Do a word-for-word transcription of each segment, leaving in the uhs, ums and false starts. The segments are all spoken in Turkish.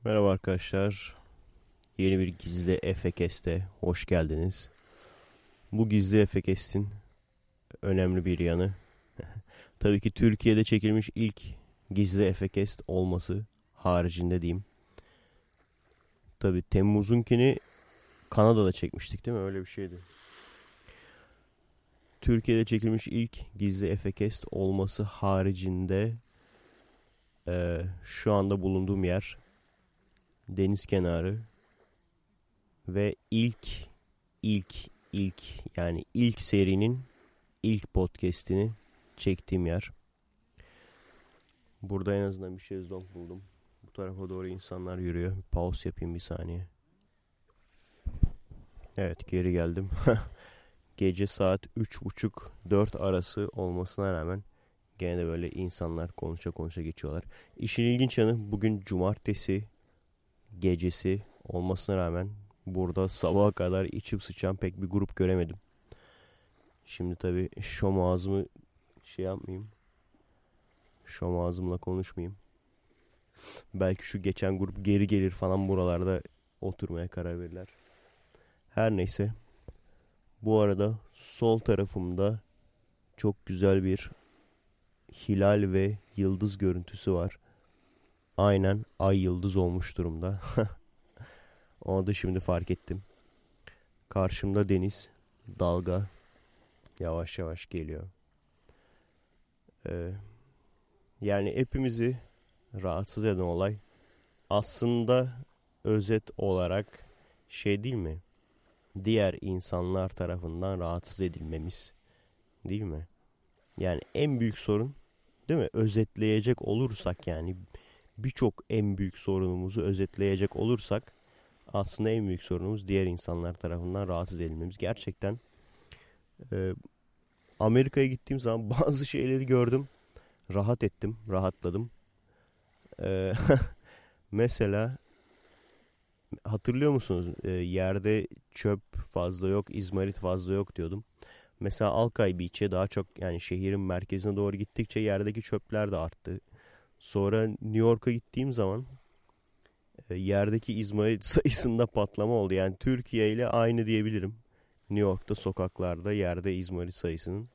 Merhaba arkadaşlar. Yeni bir Gizli Efekest'e hoş geldiniz. Bu Gizli Efekest'in önemli bir yanı tabii ki Türkiye'de çekilmiş ilk Gizli Efekest olması haricinde diyeyim. Tabii Temmuz'unkini Kanada'da çekmiştik değil mi? Öyle bir şeydi. Türkiye'de çekilmiş ilk Gizli Efekest olması haricinde e, şu anda bulunduğum yer deniz kenarı ve ilk ilk ilk yani ilk serinin ilk podcast'ini çektiğim yer. Burada en azından bir şezlong buldum. Bu tarafa doğru insanlar yürüyor. Pause yapayım bir saniye. Evet, geri geldim. Gece saat üç buçuk dört arası olmasına rağmen gene de böyle insanlar konuşa konuşa geçiyorlar. İşin ilginç yanı, bugün cumartesi gecesi olmasına rağmen burada sabaha kadar içip sıçan pek bir grup göremedim. Şimdi tabii şom ağzımı şey yapmayayım. Şom ağzımla konuşmayayım. Belki şu geçen grup geri gelir falan, buralarda oturmaya karar verirler. Her neyse. Bu arada sol tarafımda çok güzel bir hilal ve yıldız görüntüsü var. Aynen ay yıldız olmuş durumda. Onu da şimdi fark ettim. Karşımda deniz, dalga yavaş yavaş geliyor. Ee, yani hepimizi rahatsız eden olay aslında özet olarak şey değil mi? Diğer insanlar tarafından rahatsız edilmemiz, değil mi? Yani en büyük sorun, değil mi? Özetleyecek olursak, yani birçok en büyük sorunumuzu özetleyecek olursak aslında en büyük sorunumuz diğer insanlar tarafından rahatsız edilmemiz. Gerçekten e, Amerika'ya gittiğim zaman bazı şeyleri gördüm. Rahat ettim, rahatladım. E, mesela hatırlıyor musunuz? E, yerde çöp fazla yok, izmarit fazla yok diyordum. Mesela Alkay Beach'e daha çok, yani şehrin merkezine doğru gittikçe yerdeki çöpler de arttı. Sonra New York'a gittiğim zaman e, yerdeki izmarit sayısında patlama oldu. Yani Türkiye ile aynı diyebilirim. New York'ta sokaklarda yerde izmarit sayısının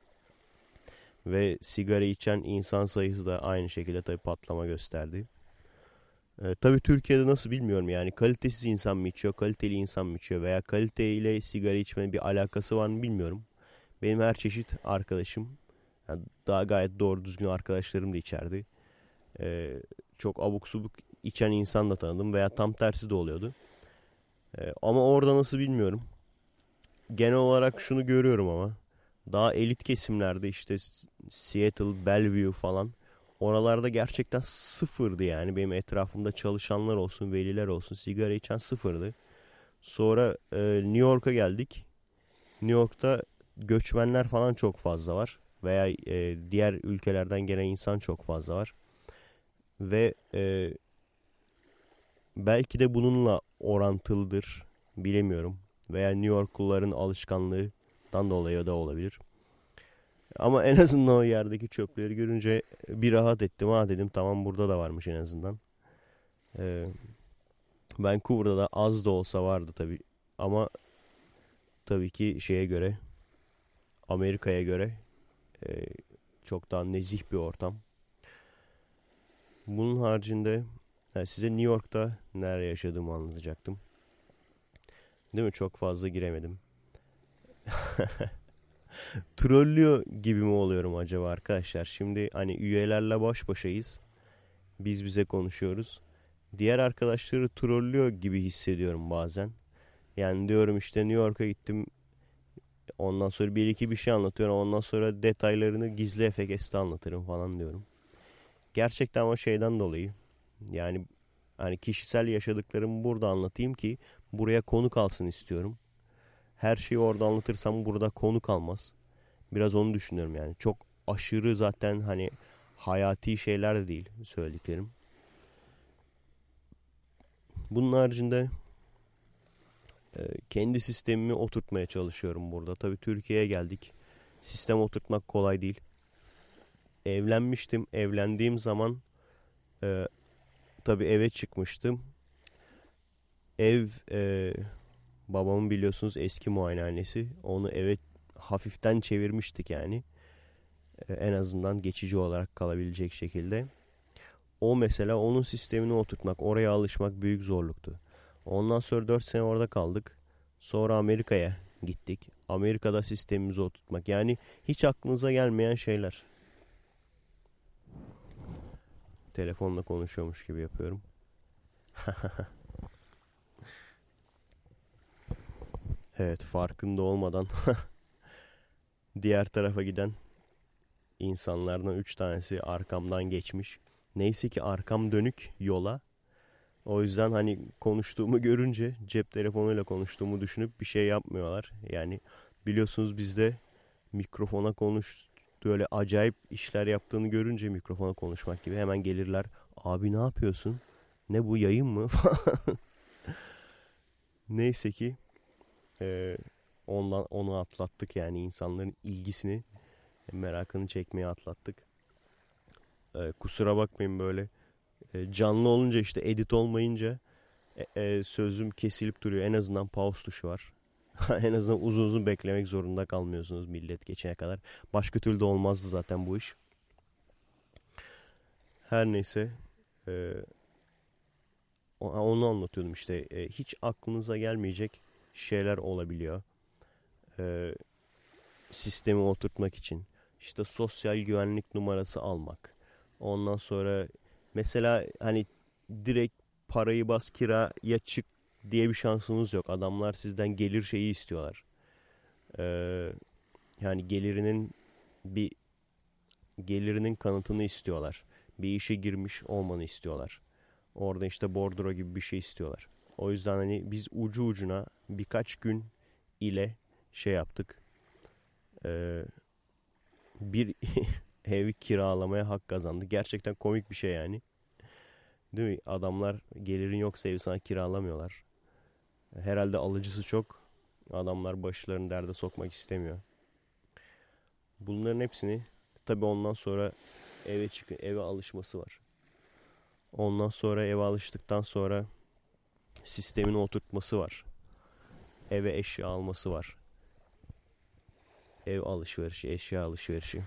ve sigara içen insan sayısı da aynı şekilde tabii patlama gösterdi. E, tabii Türkiye'de nasıl bilmiyorum, yani kalitesiz insan mı içiyor, kaliteli insan mı içiyor veya kalite ile sigara içmenin bir alakası var mı bilmiyorum. Benim her çeşit arkadaşım, yani daha gayet doğru düzgün arkadaşlarım da içerdi. Ee, çok abuk subuk içen insan da tanıdım veya tam tersi de oluyordu. Ee, ama orada nasıl bilmiyorum. Genel olarak şunu görüyorum ama. Daha elit kesimlerde, işte Seattle, Bellevue falan. Oralarda gerçekten sıfırdı yani. Benim etrafımda çalışanlar olsun, veliler olsun, sigara içen sıfırdı. Sonra e, New York'a geldik. New York'ta göçmenler falan çok fazla var. Veya e, diğer ülkelerden gelen insan çok fazla var. Ve e, belki de bununla orantılıdır, bilemiyorum. Veya New Yorkluların alışkanlığından dolayı da olabilir. Ama en azından o yerdeki çöpleri görünce bir rahat ettim. Ha dedim, tamam, burada da varmış en azından. Ee, Vancouver'da da az da olsa vardı tabii. Ama tabii ki şeye göre, Amerika'ya göre e, çok daha nezih bir ortam. Bunun haricinde yani size New York'ta nerede yaşadığımı anlatacaktım. Değil mi? Çok fazla giremedim. Trollüyor gibi mi oluyorum acaba arkadaşlar? Şimdi hani üyelerle baş başayız. Biz bize konuşuyoruz. Diğer arkadaşları trollüyor gibi hissediyorum bazen. Yani diyorum işte New York'a gittim. Ondan sonra bir iki bir şey anlatıyorum. Ondan sonra detaylarını gizli efekeste anlatırım falan diyorum. Gerçekten o şeyden dolayı. Yani hani kişisel yaşadıklarımı burada anlatayım ki buraya konu kalsın istiyorum. Her şeyi orada anlatırsam burada konu kalmaz. Biraz onu düşünüyorum yani. Çok aşırı zaten hani hayati şeyler de değil söylediklerim. Bunun haricinde e, kendi sistemimi oturtmaya çalışıyorum burada. Tabii Türkiye'ye geldik. Sistem oturtmak kolay değil. Evlenmiştim. Evlendiğim zaman e, tabii eve çıkmıştım. ev e, babamın biliyorsunuz eski muayenehanesi. Onu eve hafiften çevirmiştik yani. E, en azından geçici olarak kalabilecek şekilde. O mesela onun sistemine oturtmak, oraya alışmak büyük zorluktu. Ondan sonra dört sene orada kaldık. Sonra Amerika'ya gittik. Amerika'da sistemimizi oturtmak. Yani hiç aklınıza gelmeyen şeyler. Telefonla konuşuyormuş gibi yapıyorum. Evet, farkında olmadan diğer tarafa giden insanlardan üç tanesi arkamdan geçmiş. Neyse ki arkam dönük yola. O yüzden hani konuştuğumu görünce cep telefonuyla konuştuğumu düşünüp bir şey yapmıyorlar. Yani biliyorsunuz bizde mikrofona konuş böyle acayip işler yaptığını görünce mikrofona konuşmak gibi hemen gelirler. Abi ne yapıyorsun? Ne bu, yayın mı? Neyse ki e, ondan onu atlattık, yani insanların ilgisini, merakını çekmeye atlattık. E, kusura bakmayın böyle e, canlı olunca, işte edit olmayınca e, e, sözüm kesilip duruyor. En azından pause tuşu var. En azından uzun uzun beklemek zorunda kalmıyorsunuz millet geçene kadar. Başka türlü de olmazdı zaten bu iş. Her neyse e, onu anlatıyordum işte. E, hiç aklınıza gelmeyecek şeyler olabiliyor. E, sistemi oturtmak için. İşte sosyal güvenlik numarası almak. Ondan sonra mesela hani direkt parayı bas kiraya çık diye bir şansınız yok. Adamlar sizden gelir şeyi istiyorlar. Ee, yani gelirinin bir gelirinin kanıtını istiyorlar. Bir işe girmiş olmanı istiyorlar. Orada işte bordro gibi bir şey istiyorlar. O yüzden hani biz ucu ucuna birkaç gün ile şey yaptık. Ee, bir evi kiralamaya hak kazandı. Gerçekten komik bir şey yani. Değil mi? Adamlar gelirin yoksa evi sana kiralamıyorlar. Herhalde alıcısı çok. Adamlar başlarını derde sokmak istemiyor. Bunların hepsini tabii ondan sonra eve çıkın, eve alışması var. Ondan sonra eve alıştıktan sonra sistemini oturtması var. Eve eşya alması var. Ev alışverişi, eşya alışverişi.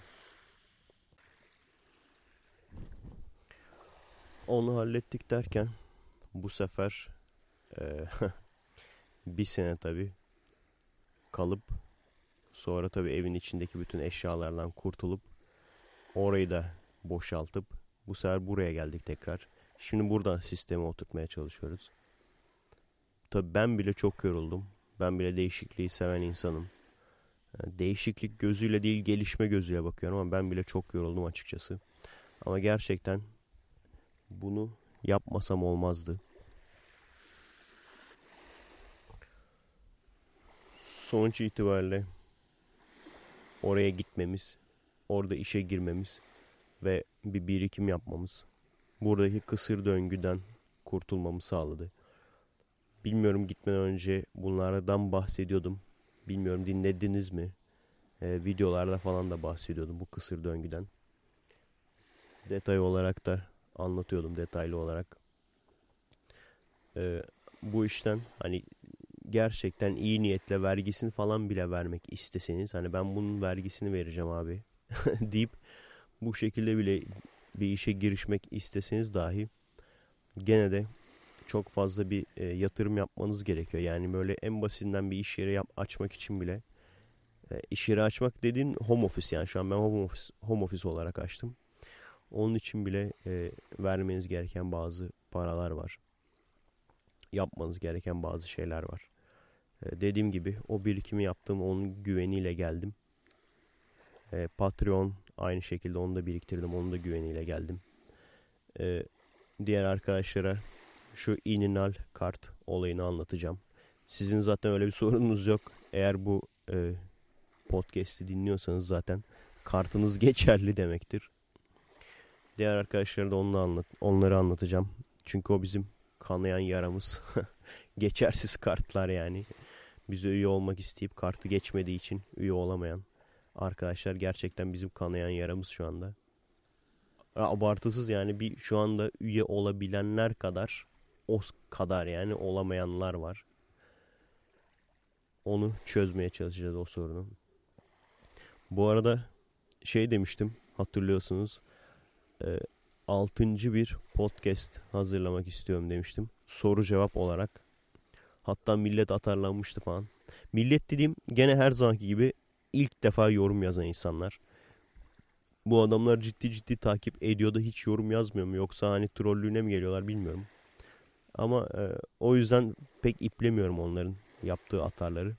Onu hallettik derken bu sefer e, bir sene tabii kalıp sonra tabii evin içindeki bütün eşyalardan kurtulup orayı da boşaltıp bu sefer buraya geldik tekrar. Şimdi burada sistemi oturtmaya çalışıyoruz. Tabii ben bile çok yoruldum. Ben bile değişikliği seven insanım. Yani değişiklik gözüyle değil, gelişme gözüyle bakıyorum ama ben bile çok yoruldum açıkçası. Ama gerçekten bunu yapmasam olmazdı. Sonuç itibariyle oraya gitmemiz, orada işe girmemiz ve bir birikim yapmamız buradaki kısır döngüden kurtulmamı sağladı. Bilmiyorum, gitmeden önce bunlardan bahsediyordum. Bilmiyorum dinlediniz mi? Ee, videolarda falan da bahsediyordum bu kısır döngüden. Detay olarak da anlatıyordum, detaylı olarak. Ee, bu işten hani gerçekten iyi niyetle vergisini falan bile vermek isteseniz, hani ben bunun vergisini vereceğim abi deyip bu şekilde bile bir işe girişmek isteseniz dahi gene de çok fazla bir e, yatırım yapmanız gerekiyor. Yani böyle en basitinden bir iş yeri yap, açmak için bile e, iş yeri açmak dediğim home office, yani şu an ben home office, home office olarak açtım. Onun için bile e, vermeniz gereken bazı paralar var. Yapmanız gereken bazı şeyler var. E, dediğim gibi o birikimi yaptım, onun güveniyle geldim. E, Patreon aynı şekilde, onu da biriktirdim, onun da güveniyle geldim. E, diğer arkadaşlara şu ininal kart olayını anlatacağım. Sizin zaten öyle bir sorununuz yok. Eğer bu e, podcast'i dinliyorsanız zaten kartınız geçerli demektir. Diğer arkadaşlara da onu anlat, onları anlatacağım. Çünkü o bizim kanayan yaramız. Geçersiz kartlar yani. Bize üye olmak isteyip kartı geçmediği için üye olamayan arkadaşlar gerçekten bizim kanayan yaramız şu anda. Abartısız yani, bir şu anda üye olabilenler kadar o kadar yani olamayanlar var. Onu çözmeye çalışacağız, o sorunu. Bu arada şey demiştim, hatırlıyorsunuz. E, altıncı bir podcast hazırlamak istiyorum demiştim. Soru cevap olarak. Hatta millet atarlanmıştı falan. Millet dediğim gene her zamanki gibi ilk defa yorum yazan insanlar. Bu adamlar ciddi ciddi takip ediyor da hiç yorum yazmıyor mu? Yoksa hani trollüğüne mi geliyorlar bilmiyorum. Ama e, o yüzden pek iplemiyorum onların yaptığı atarları.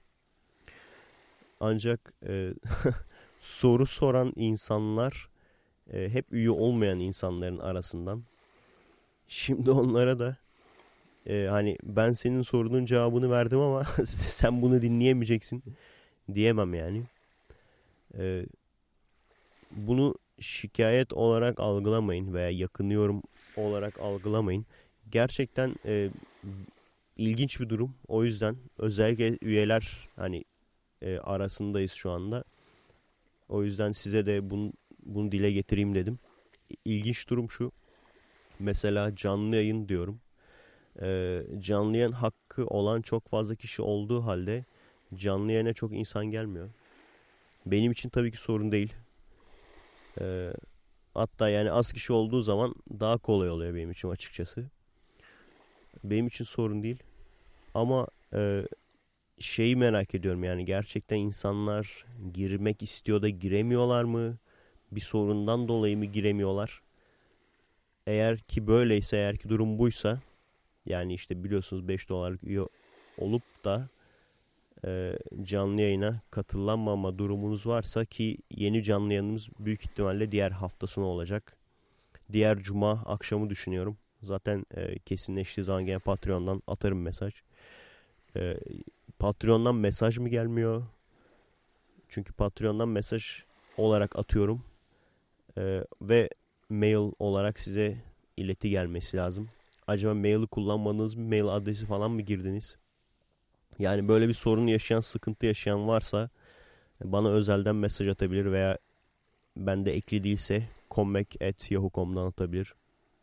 Ancak e, soru soran insanlar e, hep üye olmayan insanların arasından. Şimdi onlara da e, hani ben senin sorunun cevabını verdim ama sen bunu dinleyemeyeceksin diyemem yani. E, bunu şikayet olarak algılamayın veya yakınıyorum olarak algılamayın. Gerçekten e, ilginç bir durum. O yüzden özellikle üyeler hani e, arasındayız şu anda. O yüzden size de bunu, bunu dile getireyim dedim. İlginç durum şu. Mesela canlı yayın diyorum. E, canlı yayın hakkı olan çok fazla kişi olduğu halde canlı yayına çok insan gelmiyor. Benim için tabii ki sorun değil. E, hatta yani az kişi olduğu zaman daha kolay oluyor benim için açıkçası. Benim için sorun değil. Ama e, şeyi merak ediyorum, yani gerçekten insanlar girmek istiyor da giremiyorlar mı? Bir sorundan dolayı mı giremiyorlar? Eğer ki böyleyse, eğer ki durum buysa, yani işte biliyorsunuz beş dolarlık üye olup da e, canlı yayına katılamama durumunuz varsa, ki yeni canlı yayınımız büyük ihtimalle diğer hafta sonu olacak. Diğer cuma akşamı düşünüyorum. Zaten e, kesinleştiği zaman gene Patreon'dan atarım mesaj. E, Patreon'dan mesaj mı gelmiyor? Çünkü Patreon'dan mesaj olarak atıyorum. E, ve mail olarak size ileti gelmesi lazım. Acaba maili kullanmadığınız bir mail adresi falan mı girdiniz? Yani böyle bir sorun yaşayan, sıkıntı yaşayan varsa bana özelden mesaj atabilir veya bende ekli değilse comeback at yahoo nokta com'dan atabilir.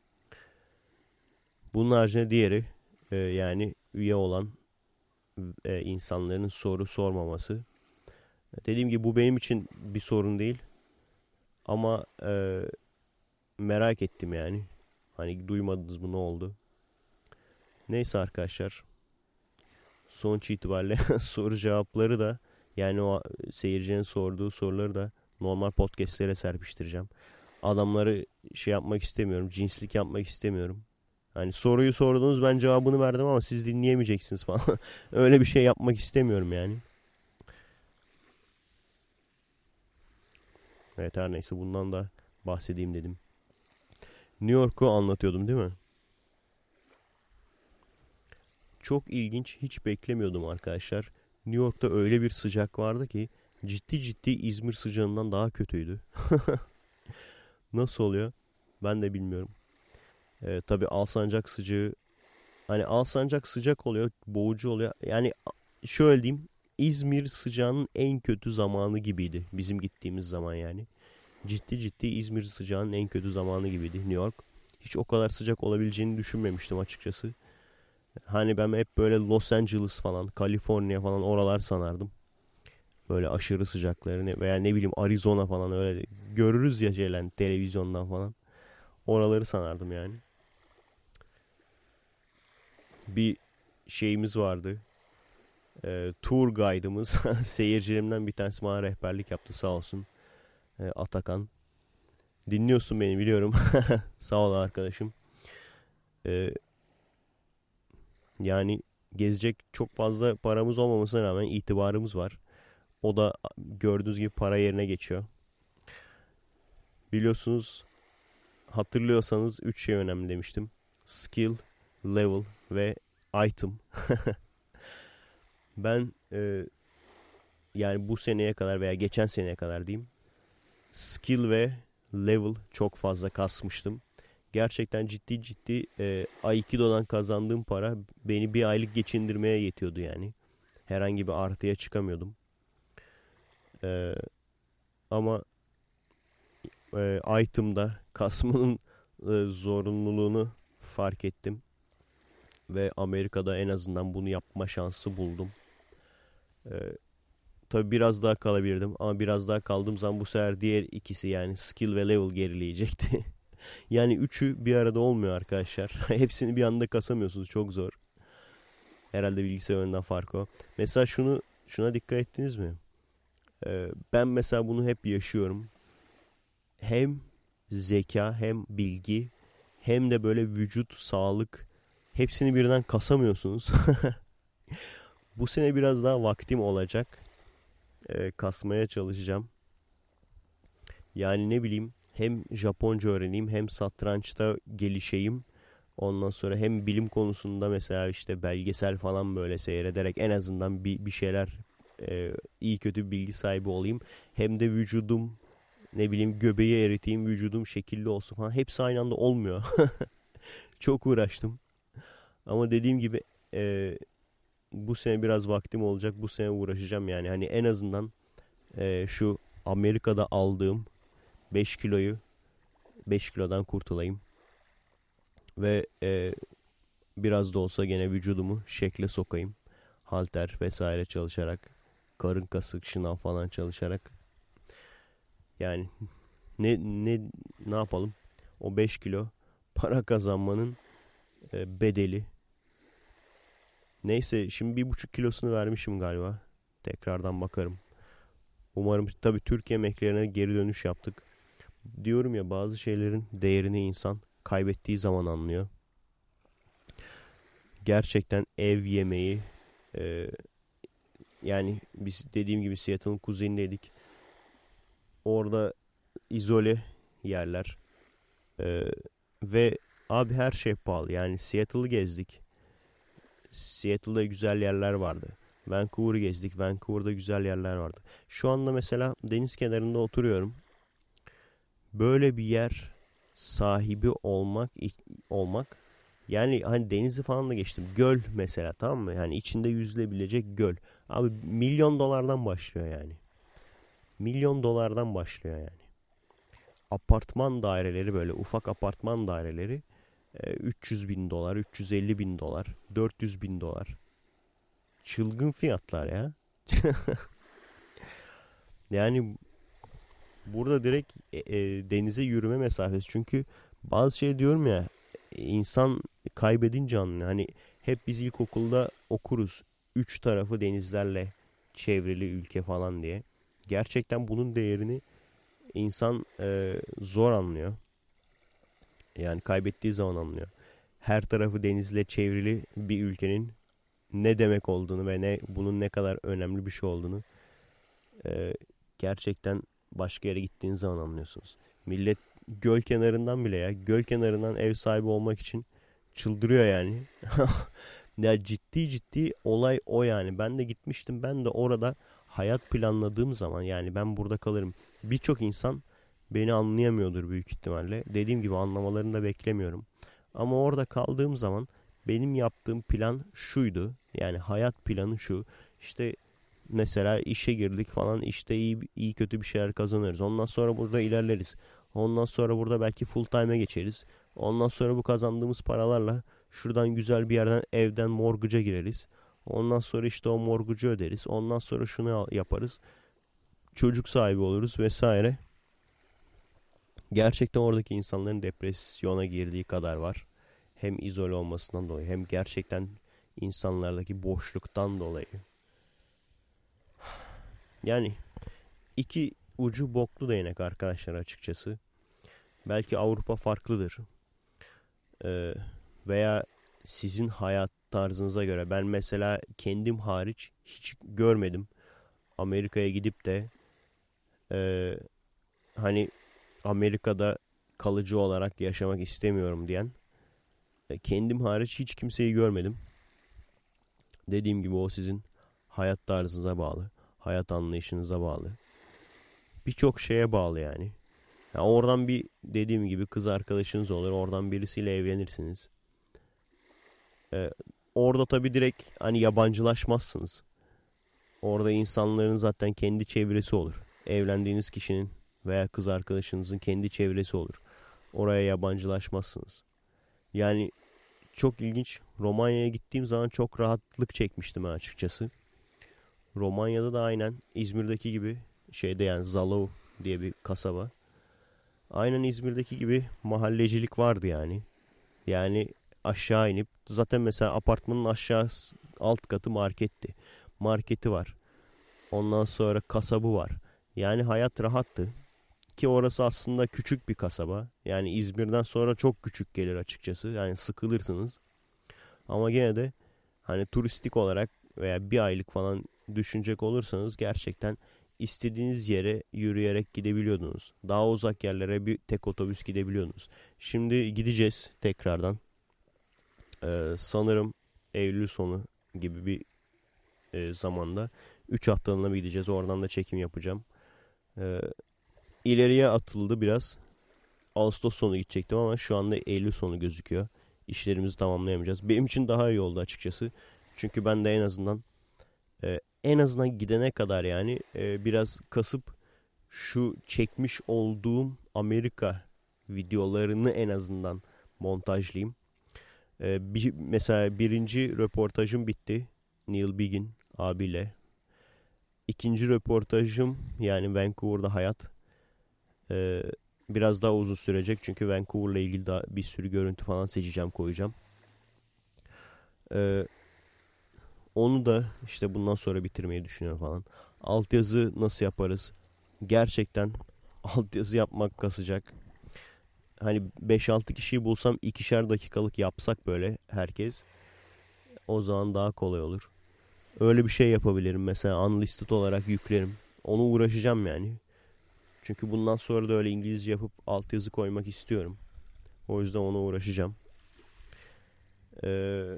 Bunun haricinde diğeri e, yani üye olan e, insanların soru sormaması. Dediğim gibi bu benim için bir sorun değil. Ama e, merak ettim yani. Hani duymadınız mı, ne oldu? Neyse arkadaşlar. Sonuç itibariyle soru cevapları da, yani o seyircinin sorduğu soruları da normal podcastlere serpiştireceğim. Adamları şey yapmak istemiyorum. Cinslik yapmak istemiyorum. Hani soruyu sordunuz, ben cevabını verdim ama siz dinleyemeyeceksiniz falan. Öyle bir şey yapmak istemiyorum yani. Evet, her neyse, bundan da bahsedeyim dedim. New York'u anlatıyordum değil mi? Çok ilginç, hiç beklemiyordum arkadaşlar. New York'ta öyle bir sıcak vardı ki ciddi ciddi İzmir sıcağından daha kötüydü. Nasıl oluyor? Ben de bilmiyorum. Ee, tabii Alsancak sıcağı, hani Alsancak sıcak oluyor, boğucu oluyor. Yani şöyle diyeyim, İzmir sıcağının en kötü zamanı gibiydi bizim gittiğimiz zaman yani. Ciddi ciddi İzmir sıcağının en kötü zamanı gibiydi New York. Hiç o kadar sıcak olabileceğini düşünmemiştim açıkçası. Hani ben hep böyle Los Angeles falan, Kaliforniya falan oralar sanardım. Böyle aşırı sıcaklarını veya ne bileyim Arizona falan, öyle görürüz ya şeylen televizyondan falan. Oraları sanardım yani. Bir şeyimiz vardı. E, tour guide'ımız seyircilerimden bir tanesi bana rehberlik yaptı sağ olsun. E, Atakan. Dinliyorsun beni biliyorum. Sağ ol arkadaşım. E, yani gezecek çok fazla paramız olmamasına rağmen itibarımız var. O da gördüğünüz gibi para yerine geçiyor. Biliyorsunuz, hatırlıyorsanız üç şey önemli demiştim. Skill, level ve item. Ben e, yani bu seneye kadar veya geçen seneye kadar diyeyim, skill ve level çok fazla kasmıştım. Gerçekten ciddi ciddi e, Aikido'dan kazandığım para beni bir aylık geçindirmeye yetiyordu yani. Herhangi bir artıya çıkamıyordum. E, ama e, item'da kasmanın e, zorunluluğunu fark ettim. Ve Amerika'da en azından bunu yapma şansı buldum. Ee, tabii biraz daha kalabilirdim ama biraz daha kaldığım zaman bu sefer diğer ikisi yani skill ve level gerileyecekti. Yani üçü bir arada olmuyor arkadaşlar. Hepsini bir anda kasamıyorsunuz. Çok zor. Herhalde bilgisayar oyundan farkı o. Mesela şunu şuna dikkat ettiniz mi? Ee, ben mesela bunu hep yaşıyorum. Hem zeka hem bilgi hem de böyle vücut, sağlık hepsini birden kasamıyorsunuz. Bu sene biraz daha vaktim olacak. Ee, kasmaya çalışacağım. Yani ne bileyim hem Japonca öğreneyim hem satrançta gelişeyim. Ondan sonra hem bilim konusunda mesela işte belgesel falan böyle seyrederek en azından bir, bir şeyler e, iyi kötü bir bilgi sahibi olayım. Hem de vücudum ne bileyim göbeği eriteyim, vücudum şekilli olsun falan. Hepsi aynı anda olmuyor. Çok uğraştım. Ama dediğim gibi e, bu sene biraz vaktim olacak. Bu sene uğraşacağım yani. Hani en azından e, şu Amerika'da aldığım beş kiloyu beş kilodan kurtulayım. Ve e, biraz da olsa gene vücudumu şekle sokayım. Halter vesaire çalışarak. Karın kası, şınav falan çalışarak. Yani ne ne ne yapalım? O beş kilo para kazanmanın e, bedeli. Neyse şimdi bir buçuk kilosunu vermişim galiba. Tekrardan bakarım. Umarım tabii Türk yemeklerine geri dönüş yaptık. Diyorum ya bazı şeylerin değerini insan kaybettiği zaman anlıyor. Gerçekten ev yemeği e, yani biz dediğim gibi Seattle'ın kuzeyindeydik. Orada izole yerler e, ve abi her şey pahalı. Yani Seattle'ı gezdik. Seattle'da güzel yerler vardı. Vancouver'ı gezdik. Vancouver'da güzel yerler vardı. Şu anda mesela deniz kenarında oturuyorum. Böyle bir yer sahibi olmak olmak yani hani denizi falan da geçtim. Göl mesela, tamam mı? Yani içinde yüzülebilecek göl. Abi milyon dolardan başlıyor yani. Milyon dolardan başlıyor yani. Apartman daireleri böyle ufak apartman daireleri üç yüz bin dolar, üç yüz elli bin dolar, dört yüz bin dolar. Çılgın fiyatlar ya. Yani burada direkt e, e, denize yürüme mesafesi. Çünkü bazı şey diyorum ya insan kaybedince anlıyor. Hani hep biz ilkokulda okuruz. Üç tarafı denizlerle çevrili ülke falan diye. Gerçekten bunun değerini insan e, zor anlıyor. Yani kaybettiği zaman anlıyor. Her tarafı denizle çevrili bir ülkenin ne demek olduğunu ve ne bunun ne kadar önemli bir şey olduğunu e, gerçekten başka yere gittiğiniz zaman anlıyorsunuz. Millet göl kenarından bile ya göl kenarından ev sahibi olmak için çıldırıyor yani. Ya ciddi ciddi olay o yani. Ben de gitmiştim. Ben de orada hayat planladığım zaman yani ben burada kalırım. Birçok insan beni anlayamıyordur büyük ihtimalle. Dediğim gibi anlamalarını da beklemiyorum. Ama orada kaldığım zaman benim yaptığım plan şuydu. Yani hayat planı şu. İşte mesela işe girdik falan, işte iyi iyi kötü bir şeyler kazanırız. Ondan sonra burada ilerleriz. Ondan sonra burada belki full time'e geçeriz. Ondan sonra bu kazandığımız paralarla şuradan güzel bir yerden evden mortgage'a gireriz. Ondan sonra işte o mortgage'ı öderiz. Ondan sonra şunu yaparız. Çocuk sahibi oluruz vesaire. Gerçekten oradaki insanların depresyona girdiği kadar var. Hem izole olmasından dolayı hem gerçekten insanlardaki boşluktan dolayı. Yani iki ucu boklu değnek arkadaşlar açıkçası. Belki Avrupa farklıdır. Ee, veya sizin hayat tarzınıza göre. Ben mesela kendim hariç hiç görmedim. Amerika'ya gidip de e, hani Amerika'da kalıcı olarak yaşamak istemiyorum diyen. E, kendim hariç hiç kimseyi görmedim. Dediğim gibi o sizin hayat tarzınıza bağlı. Hayat anlayışınıza bağlı. Birçok şeye bağlı yani. Yani oradan bir dediğim gibi kız arkadaşınız olur. Oradan birisiyle evlenirsiniz. Ee, orada tabii direkt hani yabancılaşmazsınız. Orada insanların zaten kendi çevresi olur. Evlendiğiniz kişinin veya kız arkadaşınızın kendi çevresi olur. Oraya yabancılaşmazsınız. Yani çok ilginç. Romanya'ya gittiğim zaman çok rahatlık çekmiştim ben açıkçası. Romanya'da da aynen İzmir'deki gibi şeyde yani Zalov diye bir kasaba. Aynen İzmir'deki gibi mahallecilik vardı yani. Yani aşağı inip zaten mesela apartmanın aşağı alt katı marketti. Marketi var. Ondan sonra kasabı var. Yani hayat rahattı. Ki orası aslında küçük bir kasaba. Yani İzmir'den sonra çok küçük gelir açıkçası. Yani sıkılırsınız. Ama gene de hani turistik olarak veya bir aylık falan düşünecek olursanız gerçekten istediğiniz yere yürüyerek gidebiliyordunuz. Daha uzak yerlere bir tek otobüs gidebiliyordunuz. Şimdi gideceğiz tekrardan. Ee, sanırım Eylül sonu gibi bir e, zamanda. üç haftalığına mı gideceğiz? Oradan da çekim yapacağım. Ee, ileriye atıldı biraz. Ağustos sonu gidecektim ama şu anda Eylül sonu gözüküyor. İşlerimizi tamamlayamayacağız. Benim için daha iyi oldu açıkçası. Çünkü ben de en azından e, en azından gidene kadar yani e, biraz kasıp şu çekmiş olduğum Amerika videolarını en azından montajlayayım. E, bir, mesela birinci röportajım bitti. Neil Bigin abiyle. İkinci röportajım yani Vancouver'da hayat. E, biraz daha uzun sürecek çünkü Vancouver'la ilgili daha bir sürü görüntü falan seçeceğim, koyacağım. Ee, onu da işte bundan sonra bitirmeyi düşünüyorum falan. Altyazı nasıl yaparız? Gerçekten altyazı yapmak kasacak. Hani beş altı kişiyi bulsam ikişer dakikalık yapsak böyle herkes. O zaman daha kolay olur. Öyle bir şey yapabilirim. Mesela unlisted olarak yüklerim. Onu uğraşacağım yani. Çünkü bundan sonra da öyle İngilizce yapıp altyazı koymak istiyorum. O yüzden ona uğraşacağım. Ee,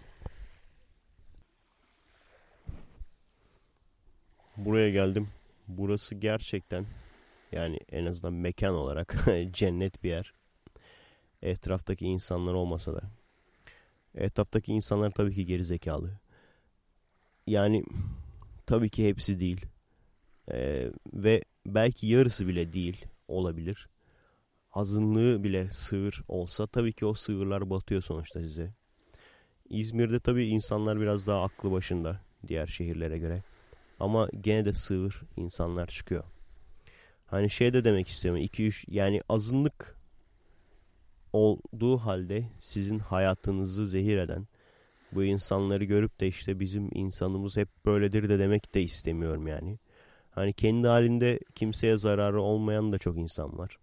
buraya geldim. Burası gerçekten yani en azından mekan olarak cennet bir yer. Etraftaki insanlar olmasa da. Etraftaki insanlar tabii ki geri zekalı. Yani tabii ki hepsi değil. Ee, ve belki yarısı bile değil olabilir. Azınlığı bile sığır olsa tabii ki o sığırlar batıyor sonuçta size. İzmir'de tabii insanlar biraz daha aklı başında diğer şehirlere göre. Ama gene de sığır insanlar çıkıyor. Hani şey de demek istiyorum. iki üç yani azınlık olduğu halde sizin hayatınızı zehir eden bu insanları görüp de işte bizim insanımız hep böyledir de demek de istemiyorum yani. Hani kendi halinde kimseye zararı olmayan da çok insan var.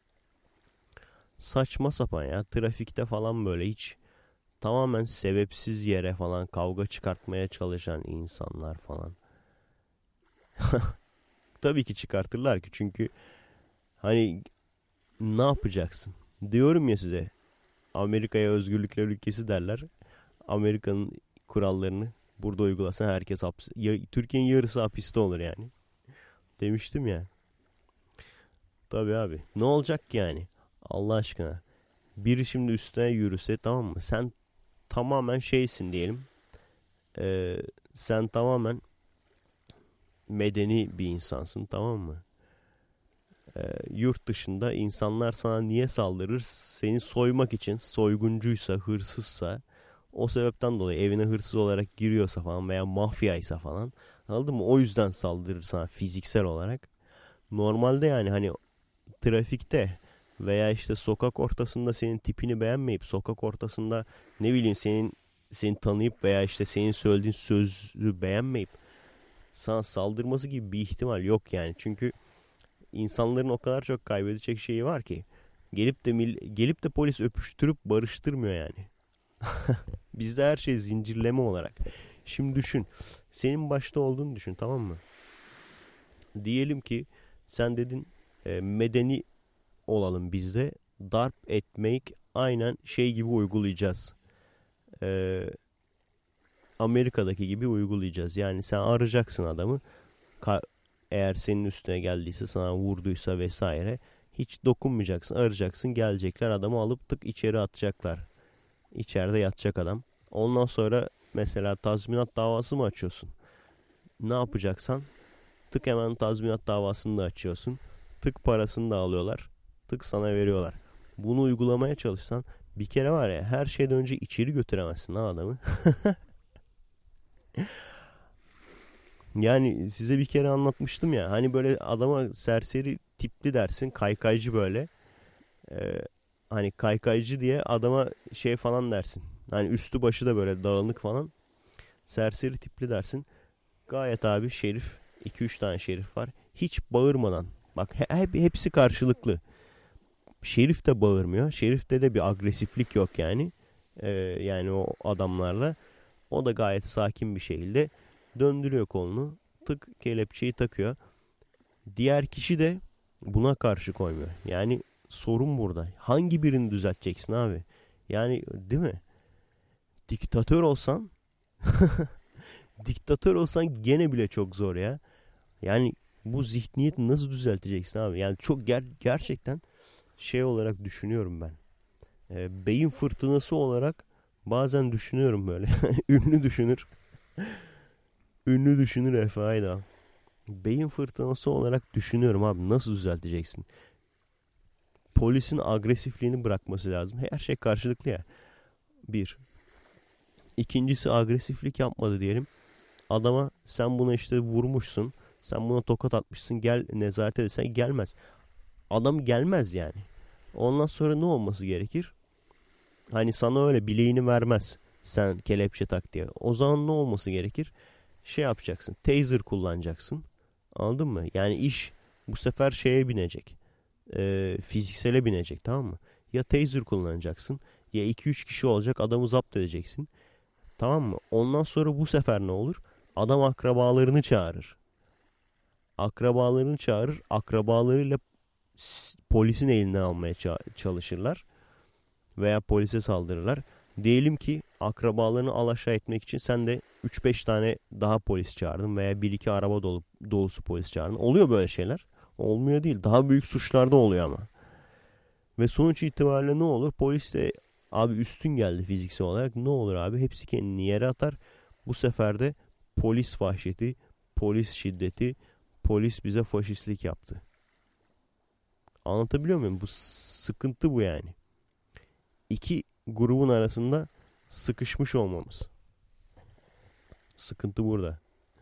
Saçma sapan ya. Trafikte falan böyle hiç tamamen sebepsiz yere falan kavga çıkartmaya çalışan insanlar falan. Tabii ki çıkartırlar ki çünkü hani ne yapacaksın? Diyorum ya size Amerika'ya özgürlükler ülkesi derler. Amerika'nın kurallarını burada uygulasa herkes hapis. Ya, Türkiye'nin yarısı hapiste olur yani. Demiştim ya. Tabii abi. Ne olacak ki yani? Allah aşkına. Biri şimdi üstüne yürüse tamam mı? Sen tamamen şeysin diyelim. Ee, sen tamamen medeni bir insansın tamam mı? Ee, yurt dışında insanlar sana niye saldırır? Seni soymak için soyguncuysa, hırsızsa o sebepten dolayı evine hırsız olarak giriyorsa falan veya mafyaysa falan anladın mı? O yüzden saldırır sana fiziksel olarak. Normalde yani hani trafikte veya işte sokak ortasında senin tipini beğenmeyip sokak ortasında ne bileyim senin seni tanıyıp veya işte senin söylediğin sözü beğenmeyip sana saldırması gibi bir ihtimal yok yani. Çünkü insanların o kadar çok kaybedecek şeyi var ki gelip de mil- gelip de polis öpüştürüp barıştırmıyor yani. Bizde her şey zincirleme olarak. Şimdi düşün. Senin başta olduğunu düşün tamam mı? Diyelim ki sen dedin e, medeni olalım bizde. Darp etmek aynen şey gibi uygulayacağız. Ee, Amerika'daki gibi uygulayacağız. Yani sen arayacaksın adamı. Ka- eğer senin üstüne geldiyse sana vurduysa vesaire hiç dokunmayacaksın. Arayacaksın gelecekler adamı alıp tık içeri atacaklar. İçeride yatacak adam. Ondan sonra mesela tazminat davası mı açıyorsun? Ne yapacaksan tık hemen tazminat davasını da açıyorsun. Tık parasını da alıyorlar. Tık sana veriyorlar. Bunu uygulamaya çalışsan Bir kere var ya, her şeyden önce içeri götüremezsin lan adamı. Yani size bir kere anlatmıştım ya. Hani böyle adama serseri tipli dersin. Kaykaycı böyle. Ee, Hani kaykaycı diye adama şey falan dersin. Hani üstü başı da böyle dağınık falan. Serseri tipli dersin. Gayet abi şerif. iki üç tane şerif var. Hiç bağırmadan. Bak hep, hepsi karşılıklı. Şerif de bağırmıyor. Şerif'te de bir agresiflik yok yani. Ee, yani o adamlarda. O da gayet sakin bir şekilde döndürüyor kolunu. Tık kelepçeyi takıyor. Diğer kişi de buna karşı koymuyor. Yani sorun burada. Hangi birini düzelteceksin abi? Yani değil mi? Diktatör olsan diktatör olsan gene bile çok zor ya. Yani bu zihniyeti nasıl düzelteceksin abi? Yani çok ger- gerçekten şey olarak düşünüyorum ben. E, beyin fırtınası olarak bazen düşünüyorum böyle. Ünlü düşünür. Ünlü düşünür Efe Aydal. Beyin fırtınası olarak düşünüyorum abi, nasıl düzelteceksin? Polisin agresifliğini bırakması lazım. Her şey karşılıklı ya. Bir. İkincisi, agresiflik yapmadı diyelim. Adama sen buna işte vurmuşsun. Sen buna tokat atmışsın. Gel nezarete desen gelmez. Adam gelmez yani. Ondan sonra ne olması gerekir? Hani sana öyle bileğini vermez. Sen kelepçe tak diye. O zaman ne olması gerekir? Şey yapacaksın. Taser kullanacaksın. Anladın mı? Yani iş bu sefer şeye binecek. E, fiziksele binecek, tamam mı? Ya taser kullanacaksın. Ya iki üç kişi olacak, adamı zapt edeceksin. Tamam mı? Ondan sonra bu sefer ne olur? Adam akrabalarını çağırır. Akrabalarını çağırır. Akrabalarıyla polisin elinden almaya çalışırlar. Veya polise saldırırlar. Diyelim ki akrabalarını alaşağı etmek için sen de üç beş tane daha polis çağırdın veya bir iki araba dolu, dolusu polis çağırdın. Oluyor böyle şeyler. Olmuyor değil. Daha büyük suçlarda oluyor ama. Ve sonuç itibariyle ne olur? Polis de abi üstün geldi fiziksel olarak. Ne olur abi? Hepsi kendini yere atar. Bu sefer de polis vahşeti, polis şiddeti, polis bize faşistlik yaptı. Anlatabiliyor muyum? Bu sıkıntı bu yani. İki grubun arasında sıkışmış olmamız. Sıkıntı burada.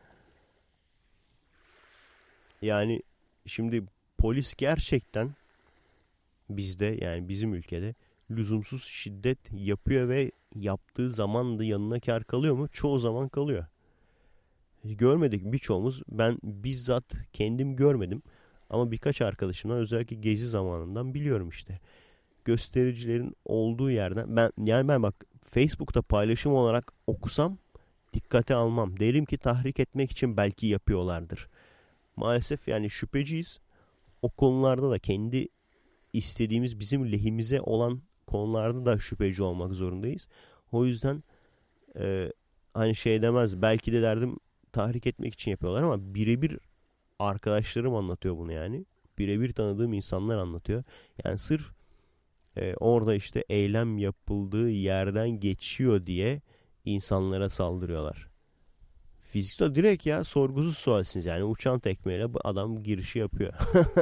Yani şimdi polis gerçekten bizde, yani bizim ülkede lüzumsuz şiddet yapıyor ve yaptığı zaman da yanına kar kalıyor mu? Çoğu zaman kalıyor. Görmedik birçoğumuz, ben bizzat kendim görmedim ama birkaç arkadaşımdan, özellikle gezi zamanından biliyorum işte. Göstericilerin olduğu yerden ben, yani ben bak Facebook'ta paylaşım olarak okusam dikkate almam. Derim ki tahrik etmek için belki yapıyorlardır. Maalesef yani şüpheciyiz. O konularda da kendi istediğimiz, bizim lehimize olan konularda da şüpheci olmak zorundayız. O yüzden e, hani şey demez, belki de derdim tahrik etmek için yapıyorlar, ama birebir arkadaşlarım anlatıyor bunu yani. Birebir tanıdığım insanlar anlatıyor. Yani sırf e, orada işte eylem yapıldığı yerden geçiyor diye insanlara saldırıyorlar. Fizikte direkt ya, sorgusuz sualsiz yani, uçan tekmeyle adam girişi yapıyor.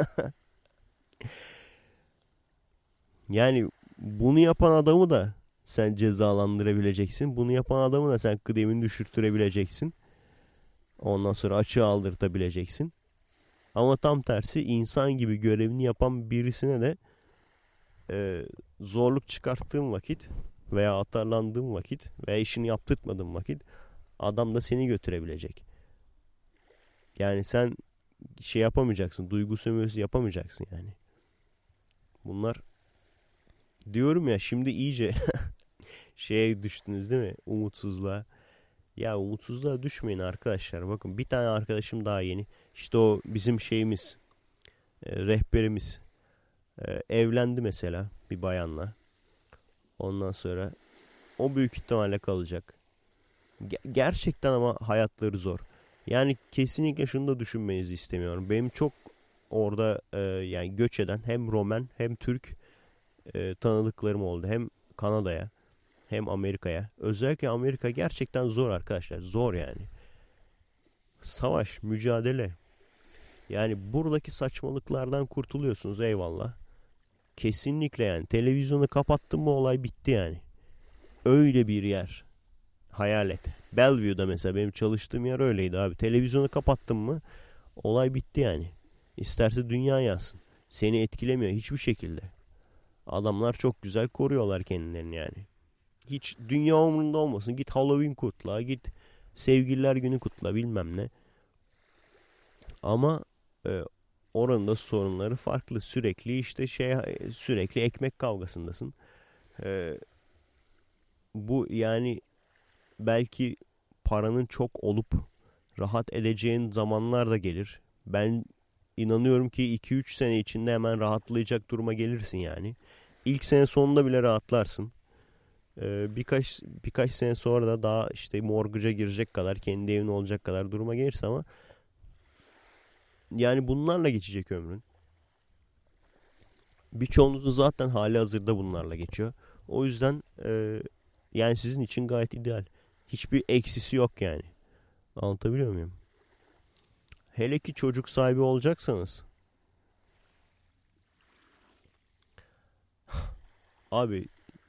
Yani bunu yapan adamı da sen cezalandırabileceksin. Bunu yapan adamı da sen kıdemini düşürttürebileceksin. Ondan sonra açığa aldırtabileceksin. Ama tam tersi, insan gibi görevini yapan birisine de e, zorluk çıkarttığın vakit veya atarlandığın vakit veya işini yaptırtmadığın vakit adam da seni götürebilecek. Yani sen şey yapamayacaksın. Duygu sömürüsü yapamayacaksın yani. Bunlar, diyorum ya, şimdi iyice şeye düştünüz değil mi? Umutsuzluğa. Ya umutsuzluğa düşmeyin arkadaşlar. Bakın, bir tane arkadaşım daha yeni. İşte o bizim şeyimiz, e, rehberimiz. E, evlendi mesela bir bayanla. Ondan sonra o büyük ihtimalle kalacak. Ge- gerçekten ama hayatları zor. Yani kesinlikle şunu da düşünmenizi istemiyorum. Benim çok orada e, yani göç eden hem Romen hem Türk e, tanıdıklarım oldu. Hem Kanada'ya hem Amerika'ya. Özellikle Amerika gerçekten zor arkadaşlar. Zor yani. Savaş, mücadele. Yani buradaki saçmalıklardan kurtuluyorsunuz, eyvallah. Kesinlikle yani. Televizyonu kapattın mı olay bitti yani. Öyle bir yer. Hayal et. Bellevue'da mesela benim çalıştığım yer öyleydi abi. Televizyonu kapattın mı olay bitti yani. İsterse dünya yansın. Seni etkilemiyor hiçbir şekilde. Adamlar çok güzel koruyorlar kendilerini yani. Hiç dünya umurunda olmasın. Git Halloween kutla. Git Sevgililer Günü kutla bilmem ne. Ama e, oranın da sorunları farklı. Sürekli işte şey sürekli ekmek kavgasındasın. E, bu yani belki paranın çok olup rahat edeceğin zamanlar da gelir. Ben inanıyorum ki iki üç sene içinde hemen rahatlayacak duruma gelirsin yani. İlk sene sonunda bile rahatlarsın. Ee, birkaç birkaç sene sonra da daha işte mortgage'a girecek kadar, kendi evin olacak kadar duruma gelirse ama yani bunlarla geçecek ömrün. Birçoğunuzun zaten hali hazırda bunlarla geçiyor. O yüzden e, yani sizin için gayet ideal. Hiçbir eksisi yok yani. Anlatabiliyor muyum? Hele ki çocuk sahibi olacaksanız. Abi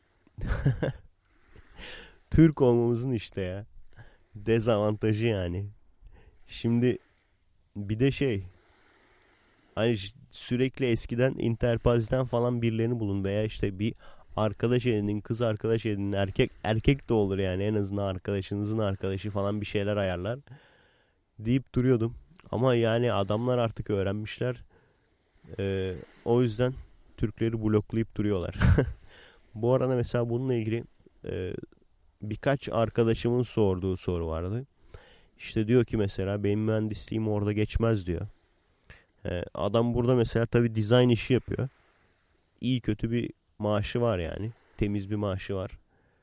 Türk olmamızın işte ya. Dezavantajı yani. Şimdi bir de şey hani sürekli eskiden Interpaz'den falan birilerini bulun veya işte bir arkadaş edinin, kız arkadaş edinin, erkek erkek de olur yani en azından arkadaşınızın arkadaşı falan bir şeyler ayarlar deyip duruyordum. Ama yani adamlar artık öğrenmişler. Ee, o yüzden Türkleri bloklayıp duruyorlar. Bu arada mesela bununla ilgili e, birkaç arkadaşımın sorduğu soru vardı. İşte diyor ki mesela benim mühendisliğim orada geçmez diyor. Ee, adam burada mesela tabii dizayn işi yapıyor. İyi kötü bir maaşı var yani. Temiz bir maaşı var.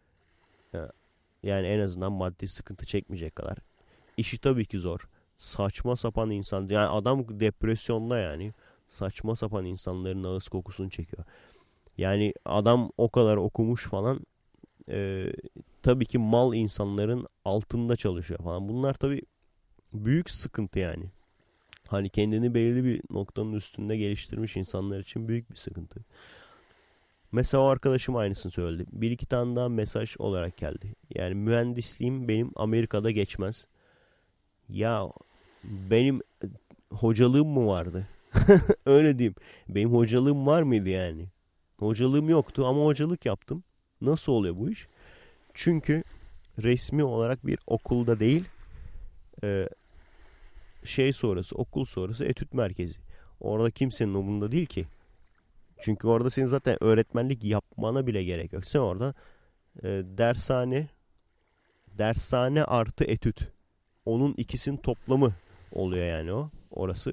Yani en azından maddi sıkıntı çekmeyecek kadar. İşi tabii ki zor. Saçma sapan insan. Yani adam depresyonda yani. Saçma sapan insanların ağız kokusunu çekiyor. Yani adam o kadar okumuş falan. E, tabii ki mal insanların altında çalışıyor falan. Bunlar tabii büyük sıkıntı yani. Hani kendini belirli bir noktanın üstünde geliştirmiş insanlar için büyük bir sıkıntı. Mesela o arkadaşım aynısını söyledi. Bir iki tane daha mesaj olarak geldi. Yani mühendisliğim benim Amerika'da geçmez. Ya benim hocalığım mı vardı? Öyle diyeyim. Benim hocalığım var mıydı yani? Hocalığım yoktu ama hocalık yaptım. Nasıl oluyor bu iş? Çünkü resmi olarak bir okulda değil, e, şey sonrası, okul sonrası etüt merkezi. Orada kimsenin umurunda değil ki. Çünkü orada senin zaten öğretmenlik yapmana bile gerek yok. Sen orada e, dershane, dershane artı etüt. Onun ikisinin toplamı oluyor yani o. Orası.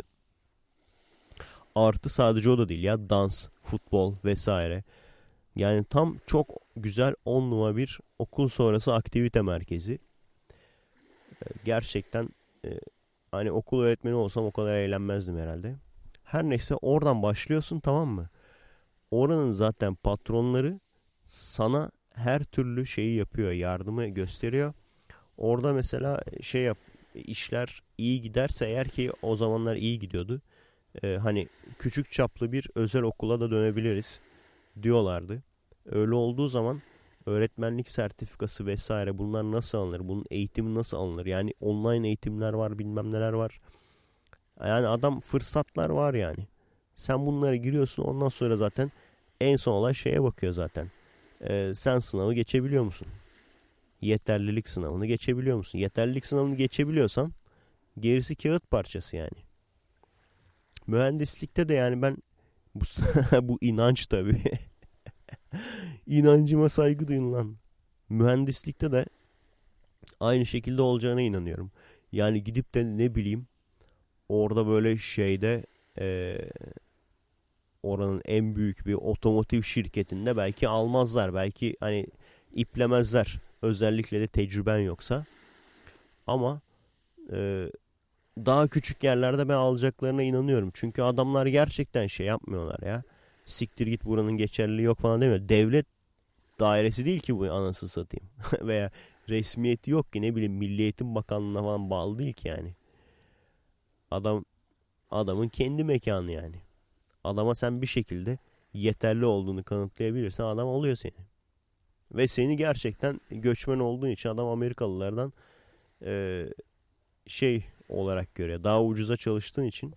Artı sadece o da değil ya. Dans, futbol vesaire. Yani tam çok güzel on numara bir okul sonrası aktivite merkezi. E, gerçekten e, hani okul öğretmeni olsam o kadar eğlenmezdim herhalde. Her neyse oradan başlıyorsun, tamam mı? Oranın zaten patronları sana her türlü şeyi yapıyor. Yardımı gösteriyor. Orada mesela şey yap, işler iyi giderse eğer, ki o zamanlar iyi gidiyordu. Ee, hani küçük çaplı bir özel okula da dönebiliriz diyorlardı. Öyle olduğu zaman öğretmenlik sertifikası vesaire bunlar nasıl alınır? Bunun eğitimi nasıl alınır? Yani online eğitimler var, bilmem neler var. Yani adam fırsatlar var yani. Sen bunlara giriyorsun, ondan sonra zaten en son olay şeye bakıyor zaten. Ee, sen sınavı geçebiliyor musun? Yeterlilik sınavını geçebiliyor musun? Yeterlilik sınavını geçebiliyorsan gerisi kağıt parçası yani. Mühendislikte de yani ben bu, bu inanç tabii. İnancıma saygı duyun lan. Mühendislikte de aynı şekilde olacağına inanıyorum. Yani gidip de ne bileyim orada böyle şeyde eee oranın en büyük bir otomotiv şirketinde belki almazlar. Belki hani iplemezler. Özellikle de tecrüben yoksa. Ama e, daha küçük yerlerde ben alacaklarına inanıyorum. Çünkü adamlar gerçekten şey yapmıyorlar ya. Siktir git buranın geçerliliği yok falan demiyor. Devlet dairesi değil ki bu, anasını satayım. Veya resmiyeti yok ki, ne bileyim Milli Eğitim Bakanlığı'na falan bağlı değil ki yani. Adam adamın kendi mekanı yani. Adama sen bir şekilde yeterli olduğunu kanıtlayabilirsen adam oluyor seni. Ve seni gerçekten göçmen olduğun için adam Amerikalılardan e, şey olarak görüyor. Daha ucuza çalıştığın için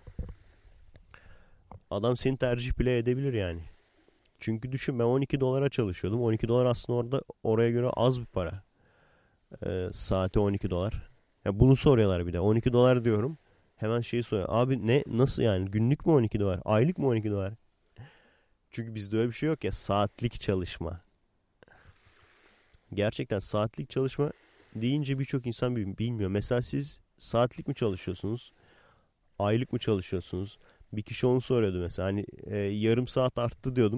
adam seni tercih bile edebilir yani. Çünkü düşün, ben on iki dolara çalışıyordum. on iki dolar aslında orada oraya göre az bir para. E, saati on iki dolar. Ya bunu soruyorlar bir de. on iki dolar diyorum. Hemen şeyi soruyor. Abi ne, nasıl yani? Günlük mü on iki dolar? Aylık mı on iki dolar? Çünkü bizde öyle bir şey yok ya. Saatlik çalışma. Gerçekten saatlik çalışma deyince birçok insan bilmiyor. Mesela siz saatlik mi çalışıyorsunuz? Aylık mı çalışıyorsunuz? Bir kişi onu soruyordu mesela. Hani e, yarım saat arttı diyordum.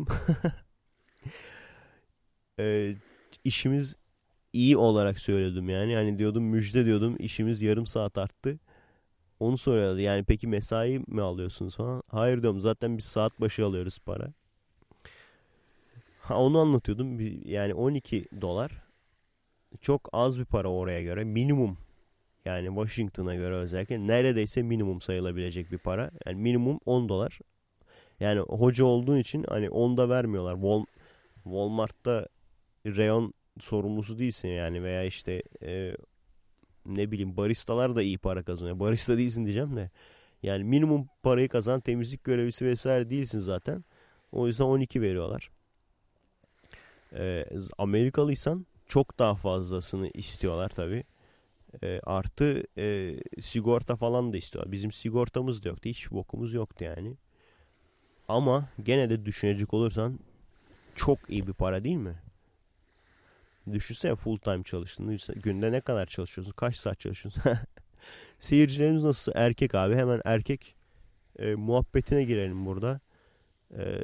e, işimiz iyi olarak söyledim yani. Hani diyordum, müjde diyordum, işimiz yarım saat arttı. Onu soruyordu. Yani peki mesai mi alıyorsunuz falan? Hayır diyorum, zaten biz saat başı alıyoruz para. Ha, onu anlatıyordum. Yani on iki dolar çok az bir para oraya göre. Minimum, yani Washington'a göre özellikle neredeyse minimum sayılabilecek bir para. Yani minimum on dolar. Yani hoca olduğun için hani on da vermiyorlar. Wal Walmart'ta reyon sorumlusu değilsin yani, veya işte e, ne bileyim, baristalar da iyi para kazanıyor. Barista değilsin diyeceğim de. Yani minimum parayı kazan temizlik görevlisi vesaire değilsin zaten. O yüzden on iki veriyorlar. E, Amerikalıysan çok daha fazlasını istiyorlar tabii. E, artı e, sigorta falan da istiyorlar. Bizim sigortamız da yoktu. Hiçbir bokumuz yoktu yani. Ama gene de düşünecek olursan çok iyi bir para değil mi? Düşünsene, full time çalıştın. Günde ne kadar çalışıyorsun? Kaç saat çalışıyorsun? Seyircilerimiz nasıl? Erkek abi. Hemen erkek e, muhabbetine girelim burada. E,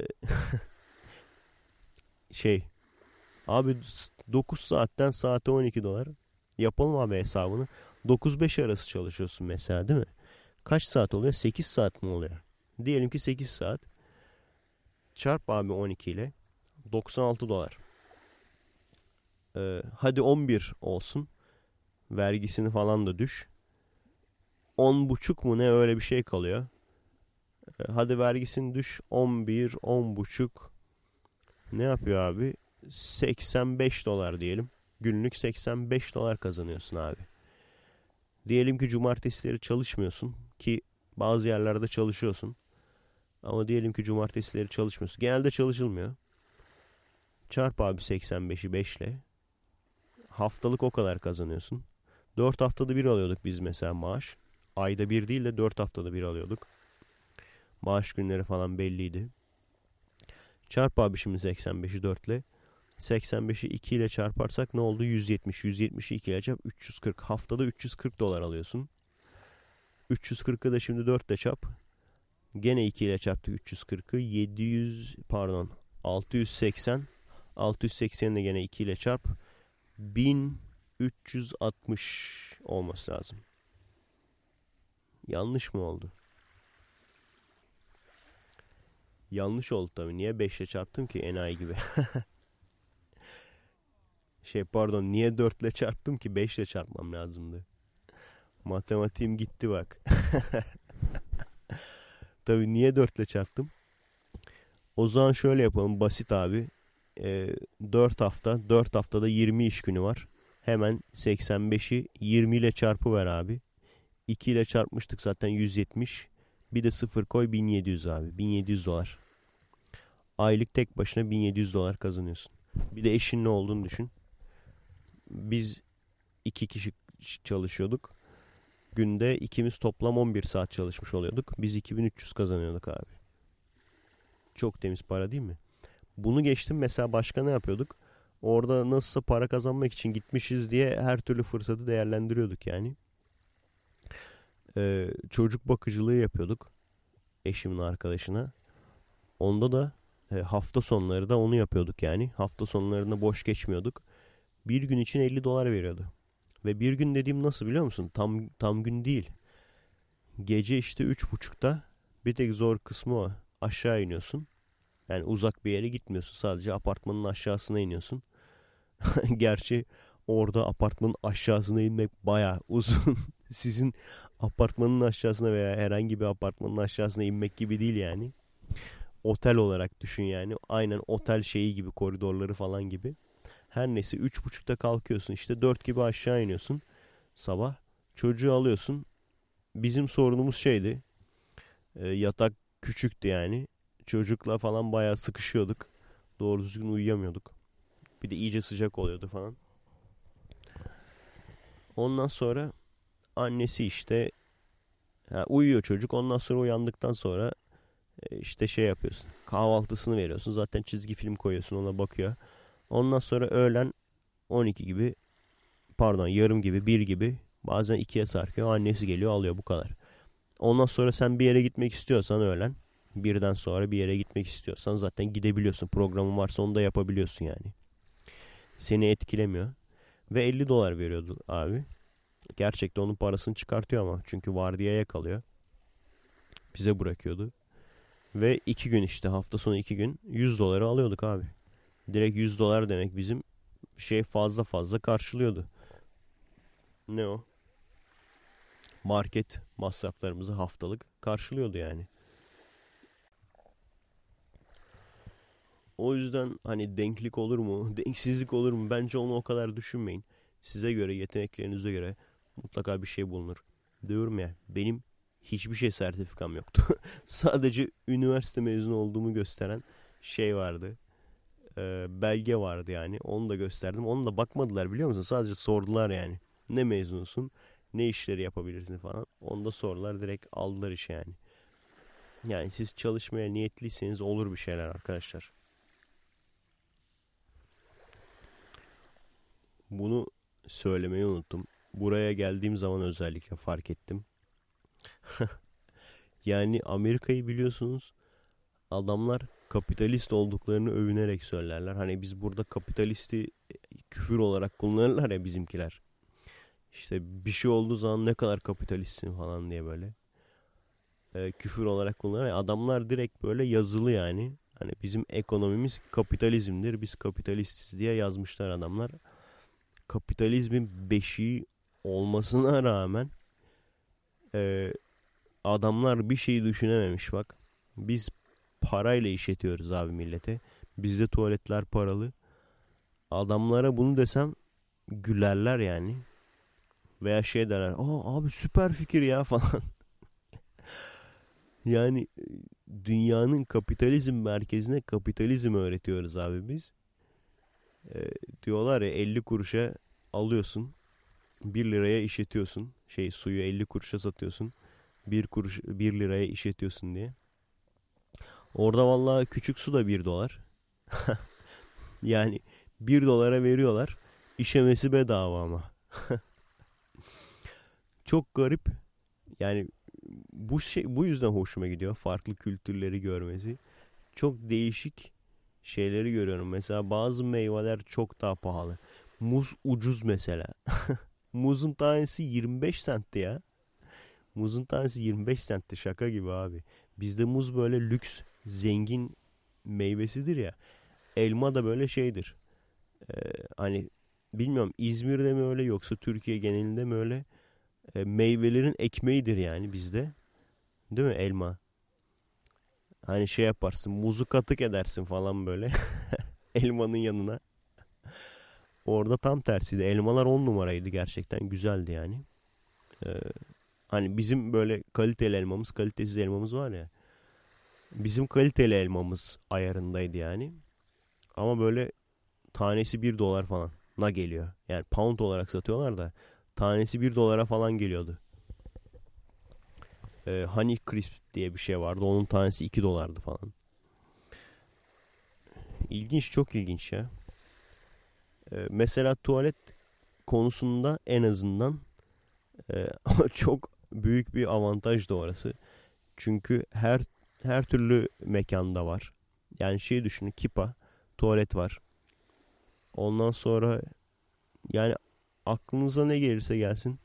şey abi, dokuz saatten saate on iki dolar. Yapalım abi hesabını. dokuz beş arası çalışıyorsun mesela, değil mi? Kaç saat oluyor? sekiz saat mi oluyor? Diyelim ki sekiz saat. Çarp abi on iki ile. doksan altı dolar. Ee, hadi on bir olsun. Vergisini falan da düş. on buçuk mu ne, öyle bir şey kalıyor. Ee, hadi vergisini düş. on bir, on buçuk. Ne yapıyor abi? seksen beş dolar diyelim. Günlük seksen beş dolar kazanıyorsun abi. Diyelim ki cumartesileri çalışmıyorsun, ki bazı yerlerde çalışıyorsun. Ama diyelim ki cumartesileri çalışmıyorsun. Genelde çalışılmıyor. Çarp abi seksen beşi beş ile. Haftalık o kadar kazanıyorsun. dört haftada bir alıyorduk biz mesela maaş. Ayda bir değil de dört haftada bir alıyorduk. Maaş günleri falan belliydi. Çarp abi şimdi seksen beşi dört ile. seksen beşi iki ile çarparsak ne oldu? yüz yetmiş. yüz yetmişi iki ile çarp. üç yüz kırk. Haftada üç yüz kırk dolar alıyorsun. üç yüz kırkı da şimdi dört ile çarp. Gene iki ile çarptık üç yüz kırkı. yedi yüz, pardon, altı yüz seksen. altı yüz sekseni de gene iki ile çarp. bin üç yüz altmış olması lazım. Yanlış mı oldu? Yanlış oldu tabii. Niye beş ile çarptım ki enayi gibi? Şey pardon, niye dört ile çarptım ki, beş ile çarpmam lazımdı. Matematiğim gitti bak. Tabii niye dört ile çarptım? O zaman şöyle yapalım, basit abi. Ee, dört hafta, dört haftada yirmi iş günü var. Hemen seksen beşi yirmi ile çarpıver abi. iki ile çarpmıştık zaten, yüz yetmiş. Bir de sıfır koy, bin yedi yüz abi. bin yedi yüz dolar. Aylık tek başına bin yedi yüz dolar kazanıyorsun. Bir de eşin ne olduğunu düşün. Biz iki kişi çalışıyorduk. Günde ikimiz toplam on bir saat çalışmış oluyorduk. Biz iki bin üç yüz kazanıyorduk abi. Çok temiz para değil mi? Bunu geçtim, mesela başka ne yapıyorduk? Orada nasılsa para kazanmak için gitmişiz diye her türlü fırsatı değerlendiriyorduk yani. Ee, çocuk bakıcılığı yapıyorduk eşimin arkadaşına. Onda da e, hafta sonları da onu yapıyorduk yani. Hafta sonlarında boş geçmiyorduk. Bir gün için elli dolar veriyordu. Ve bir gün dediğim nasıl biliyor musun? Tam tam gün değil. Gece işte üç buçukta, bir tek zor kısmı o. Aşağı iniyorsun. Yani uzak bir yere gitmiyorsun. Sadece apartmanın aşağısına iniyorsun. Gerçi orada apartmanın aşağısına inmek bayağı uzun. Sizin apartmanın aşağısına veya herhangi bir apartmanın aşağısına inmek gibi değil yani. otel olarak düşün yani. Aynen otel şeyi gibi, koridorları falan gibi. Her neyse üç buçukta kalkıyorsun, işte dört gibi aşağı iniyorsun sabah. Çocuğu alıyorsun. Bizim sorunumuz şeydi. E, yatak küçüktü yani. Çocukla falan bayağı sıkışıyorduk. Doğru düzgün uyuyamıyorduk. Bir de iyice sıcak oluyordu falan. Ondan sonra annesi işte, ha, uyuyor çocuk. Ondan sonra uyandıktan sonra e, işte şey yapıyorsun. Kahvaltısını veriyorsun. Zaten çizgi film koyuyorsun, ona bakıyor. Ondan sonra öğlen on iki gibi, pardon yarım gibi, bir gibi, bazen ikiye sarkıyor. Annesi geliyor alıyor, bu kadar. Ondan sonra sen bir yere gitmek istiyorsan öğlen birden sonra bir yere gitmek istiyorsan zaten gidebiliyorsun. Programın varsa onu da yapabiliyorsun yani. Seni etkilemiyor. Ve elli dolar veriyordu abi. Gerçekten onun parasını çıkartıyor ama. Çünkü vardiyaya kalıyor. Bize bırakıyordu. Ve iki gün işte, hafta sonu iki gün yüz doları alıyorduk abi. Direkt yüz dolar demek bizim şey fazla fazla karşılıyordu. Ne o? Market masraflarımızı haftalık karşılıyordu yani. O yüzden hani denklik olur mu, denksizlik olur mu? Bence onu o kadar düşünmeyin. Size göre, yeteneklerinize göre mutlaka bir şey bulunur. Diyorum ya, benim hiçbir şey sertifikam yoktu. Sadece üniversite mezunu olduğumu gösteren şey vardı. Ee, belge vardı yani. Onu da gösterdim. Onu da bakmadılar, biliyor musun? Sadece sordular yani. Ne mezunusun? Ne işleri yapabilirsin falan. Onu da sordular. Direkt aldılar işe yani. Yani siz çalışmaya niyetliyseniz olur bir şeyler arkadaşlar. Bunu söylemeyi unuttum. Buraya geldiğim zaman özellikle fark ettim. Yani Amerika'yı biliyorsunuz, adamlar kapitalist olduklarını övünerek söylerler. Hani biz burada kapitalisti küfür olarak kullanırlar ya bizimkiler. İşte bir şey olduğu zaman ne kadar kapitalistsin falan diye böyle. E, küfür olarak kullanırlar. Ya, adamlar direkt böyle yazılı yani. Hani bizim ekonomimiz kapitalizmdir, biz kapitalistiz diye yazmışlar adamlar. Kapitalizmin beşiği olmasına rağmen e, adamlar bir şeyi düşünememiş bak. Biz parayla işletiyoruz abi millete. Bizde tuvaletler paralı. Adamlara bunu desem gülerler yani. Veya şey derler. Aa abi süper fikir ya falan. Yani dünyanın kapitalizm merkezine kapitalizm öğretiyoruz abi biz. E, diyorlar ya, elli kuruşa alıyorsun, bir liraya işletiyorsun. Şey, suyu elli kuruşa satıyorsun, bir kuruş bir liraya işletiyorsun diye. Orada vallahi küçük su da bir dolar. Yani bir dolara veriyorlar. İşemesi bedava ama. Çok garip. Yani bu şey, bu yüzden hoşuma gidiyor. Farklı kültürleri görmesi. Çok değişik şeyleri görüyorum. Mesela bazı meyveler çok daha pahalı. Muz ucuz mesela. Muzun tanesi yirmi beş centti ya. Muzun tanesi yirmi beş centti, şaka gibi abi. Bizde muz böyle lüks, zengin meyvesidir ya. Elma da böyle şeydir. Ee, hani bilmiyorum, İzmir'de mi öyle yoksa Türkiye genelinde mi öyle? Ee, meyvelerin ekmeğidir yani bizde. Değil mi elma? Hani şey yaparsın, muzu katık edersin falan böyle. Elmanın yanına. Orada tam tersiydi. Elmalar on numaraydı, gerçekten güzeldi yani. Ee, hani bizim böyle kaliteli elmamız, kalitesiz elmamız var ya. Bizim kaliteli elmamız ayarındaydı yani. Ama böyle tanesi bir dolar falan na geliyor. Yani pound olarak satıyorlar da tanesi bir dolara falan geliyordu. Ee, Honey Crisp diye bir şey vardı. Onun tanesi iki dolardı falan. İlginç, çok ilginç ya. Ee, mesela tuvalet konusunda en azından e, çok büyük bir avantaj da orası. Çünkü her her türlü mekanda var. Yani şey düşünün, Kipa tuvalet var. Ondan sonra yani aklınıza ne gelirse gelsin.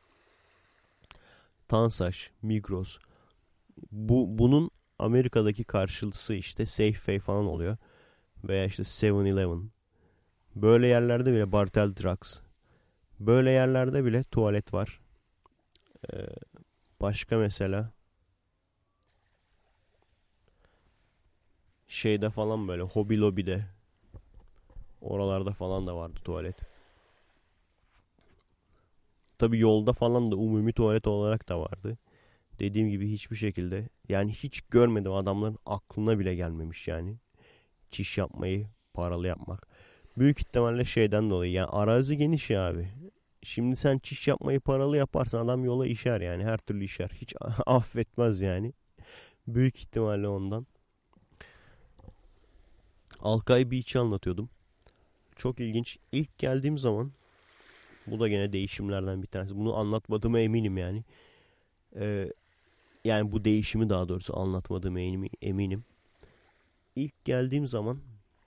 Tansaç, Migros. Bu bunun Amerika'daki karşılığı işte Safeway falan oluyor. Veya işte seven eleven. Böyle yerlerde bile Bartel Drugs. Böyle yerlerde bile tuvalet var. Ee, başka mesela Şeyde falan böyle hobi lobide, oralarda falan da vardı tuvalet. Tabii yolda falan da umumi tuvalet olarak da vardı. Dediğim gibi hiçbir şekilde, yani hiç görmedim, adamların aklına bile gelmemiş yani. Çiş yapmayı paralı yapmak. Büyük ihtimalle şeyden dolayı, yani arazi geniş ya abi. Şimdi sen çiş yapmayı paralı yaparsan adam yola işer, yani her türlü işer. Hiç affetmez yani. Büyük ihtimalle ondan. Alkay Beach'i anlatıyordum. Çok ilginç. İlk geldiğim zaman, bu da gene değişimlerden bir tanesi. Bunu anlatmadığıma eminim yani. Ee, yani bu değişimi daha doğrusu anlatmadığıma eminim. İlk geldiğim zaman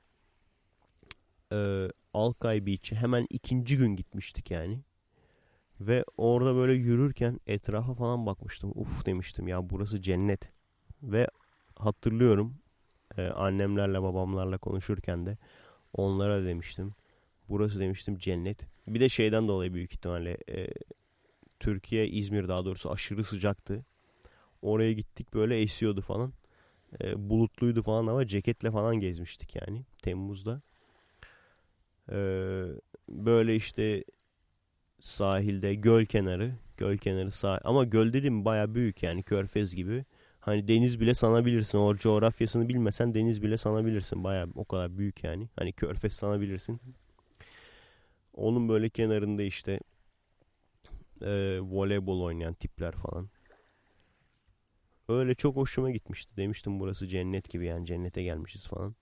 e, Alkay Beach'e hemen ikinci gün gitmiştik yani. Ve orada böyle yürürken etrafa falan bakmıştım. Uf demiştim ya, burası cennet. Ve hatırlıyorum, e, annemlerle babamlarla konuşurken de onlara demiştim. Burası demiştim cennet. Bir de şeyden dolayı büyük ihtimalle e, Türkiye, İzmir daha doğrusu aşırı sıcaktı. Oraya gittik, böyle esiyordu falan. E, bulutluydu falan ama ceketle falan gezmiştik yani Temmuz'da. E, böyle işte sahilde, göl kenarı, göl kenarı sahil, ama göl dedim baya büyük yani, körfez gibi. Hani deniz bile sanabilirsin. O coğrafyasını bilmesen deniz bile sanabilirsin. Baya o kadar büyük yani. Hani körfez sanabilirsin. Onun böyle kenarında işte e, voleybol oynayan tipler falan. Öyle çok hoşuma gitmişti. Demiştim burası cennet gibi, yani cennete gelmişiz falan.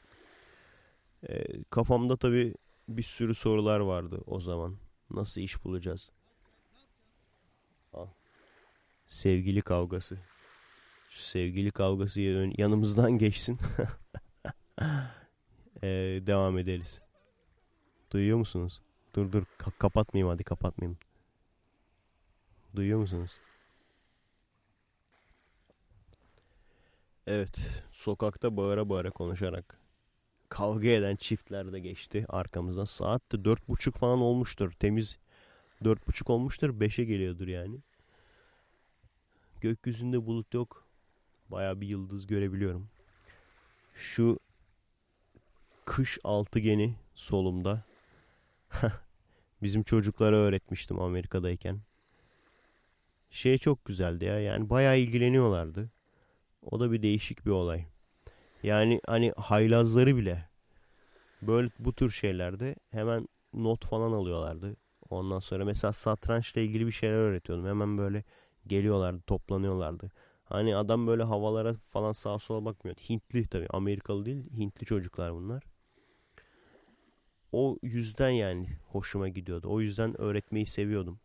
E, kafamda tabii bir sürü sorular vardı o zaman. Nasıl iş bulacağız? Ah, sevgili kavgası. Şu sevgili kavgası yanımızdan geçsin. e, devam ederiz. Duyuyor musunuz? Dur dur, Ka- kapatmayayım, hadi kapatmayayım. Duyuyor musunuz? Evet, sokakta bağıra bağıra konuşarak kavga eden çiftler de geçti arkamızdan. Saat de dört buçuk falan olmuştur. Temiz dört buçuk olmuştur. Beşe geliyordur yani. Gökyüzünde bulut yok. Baya bir yıldız görebiliyorum. Şu kış altıgeni solumda. Bizim çocuklara öğretmiştim Amerika'dayken. Şey çok güzeldi ya. Yani bayağı ilgileniyorlardı. O da bir değişik bir olay. Yani hani haylazları bile böyle bu tür şeylerde hemen not falan alıyorlardı. Ondan sonra mesela satrançla ilgili bir şeyler öğretiyordum. Hemen böyle geliyorlardı, toplanıyorlardı. Hani adam böyle havalara falan sağa sola bakmıyor. Hintli tabii, Amerikalı değil, Hintli çocuklar bunlar. O yüzden yani hoşuma gidiyordu. O yüzden öğretmeyi seviyordum.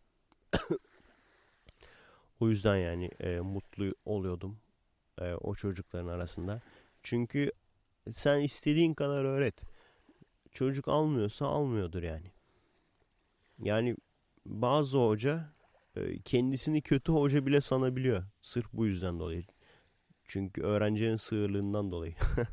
O yüzden yani e, mutlu oluyordum e, o çocukların arasında. Çünkü sen istediğin kadar öğret. Çocuk almıyorsa almıyordur yani. Yani bazı hoca e, kendisini kötü hoca bile sanabiliyor. Sırf bu yüzden dolayı. Çünkü öğrencinin sığırlığından dolayı.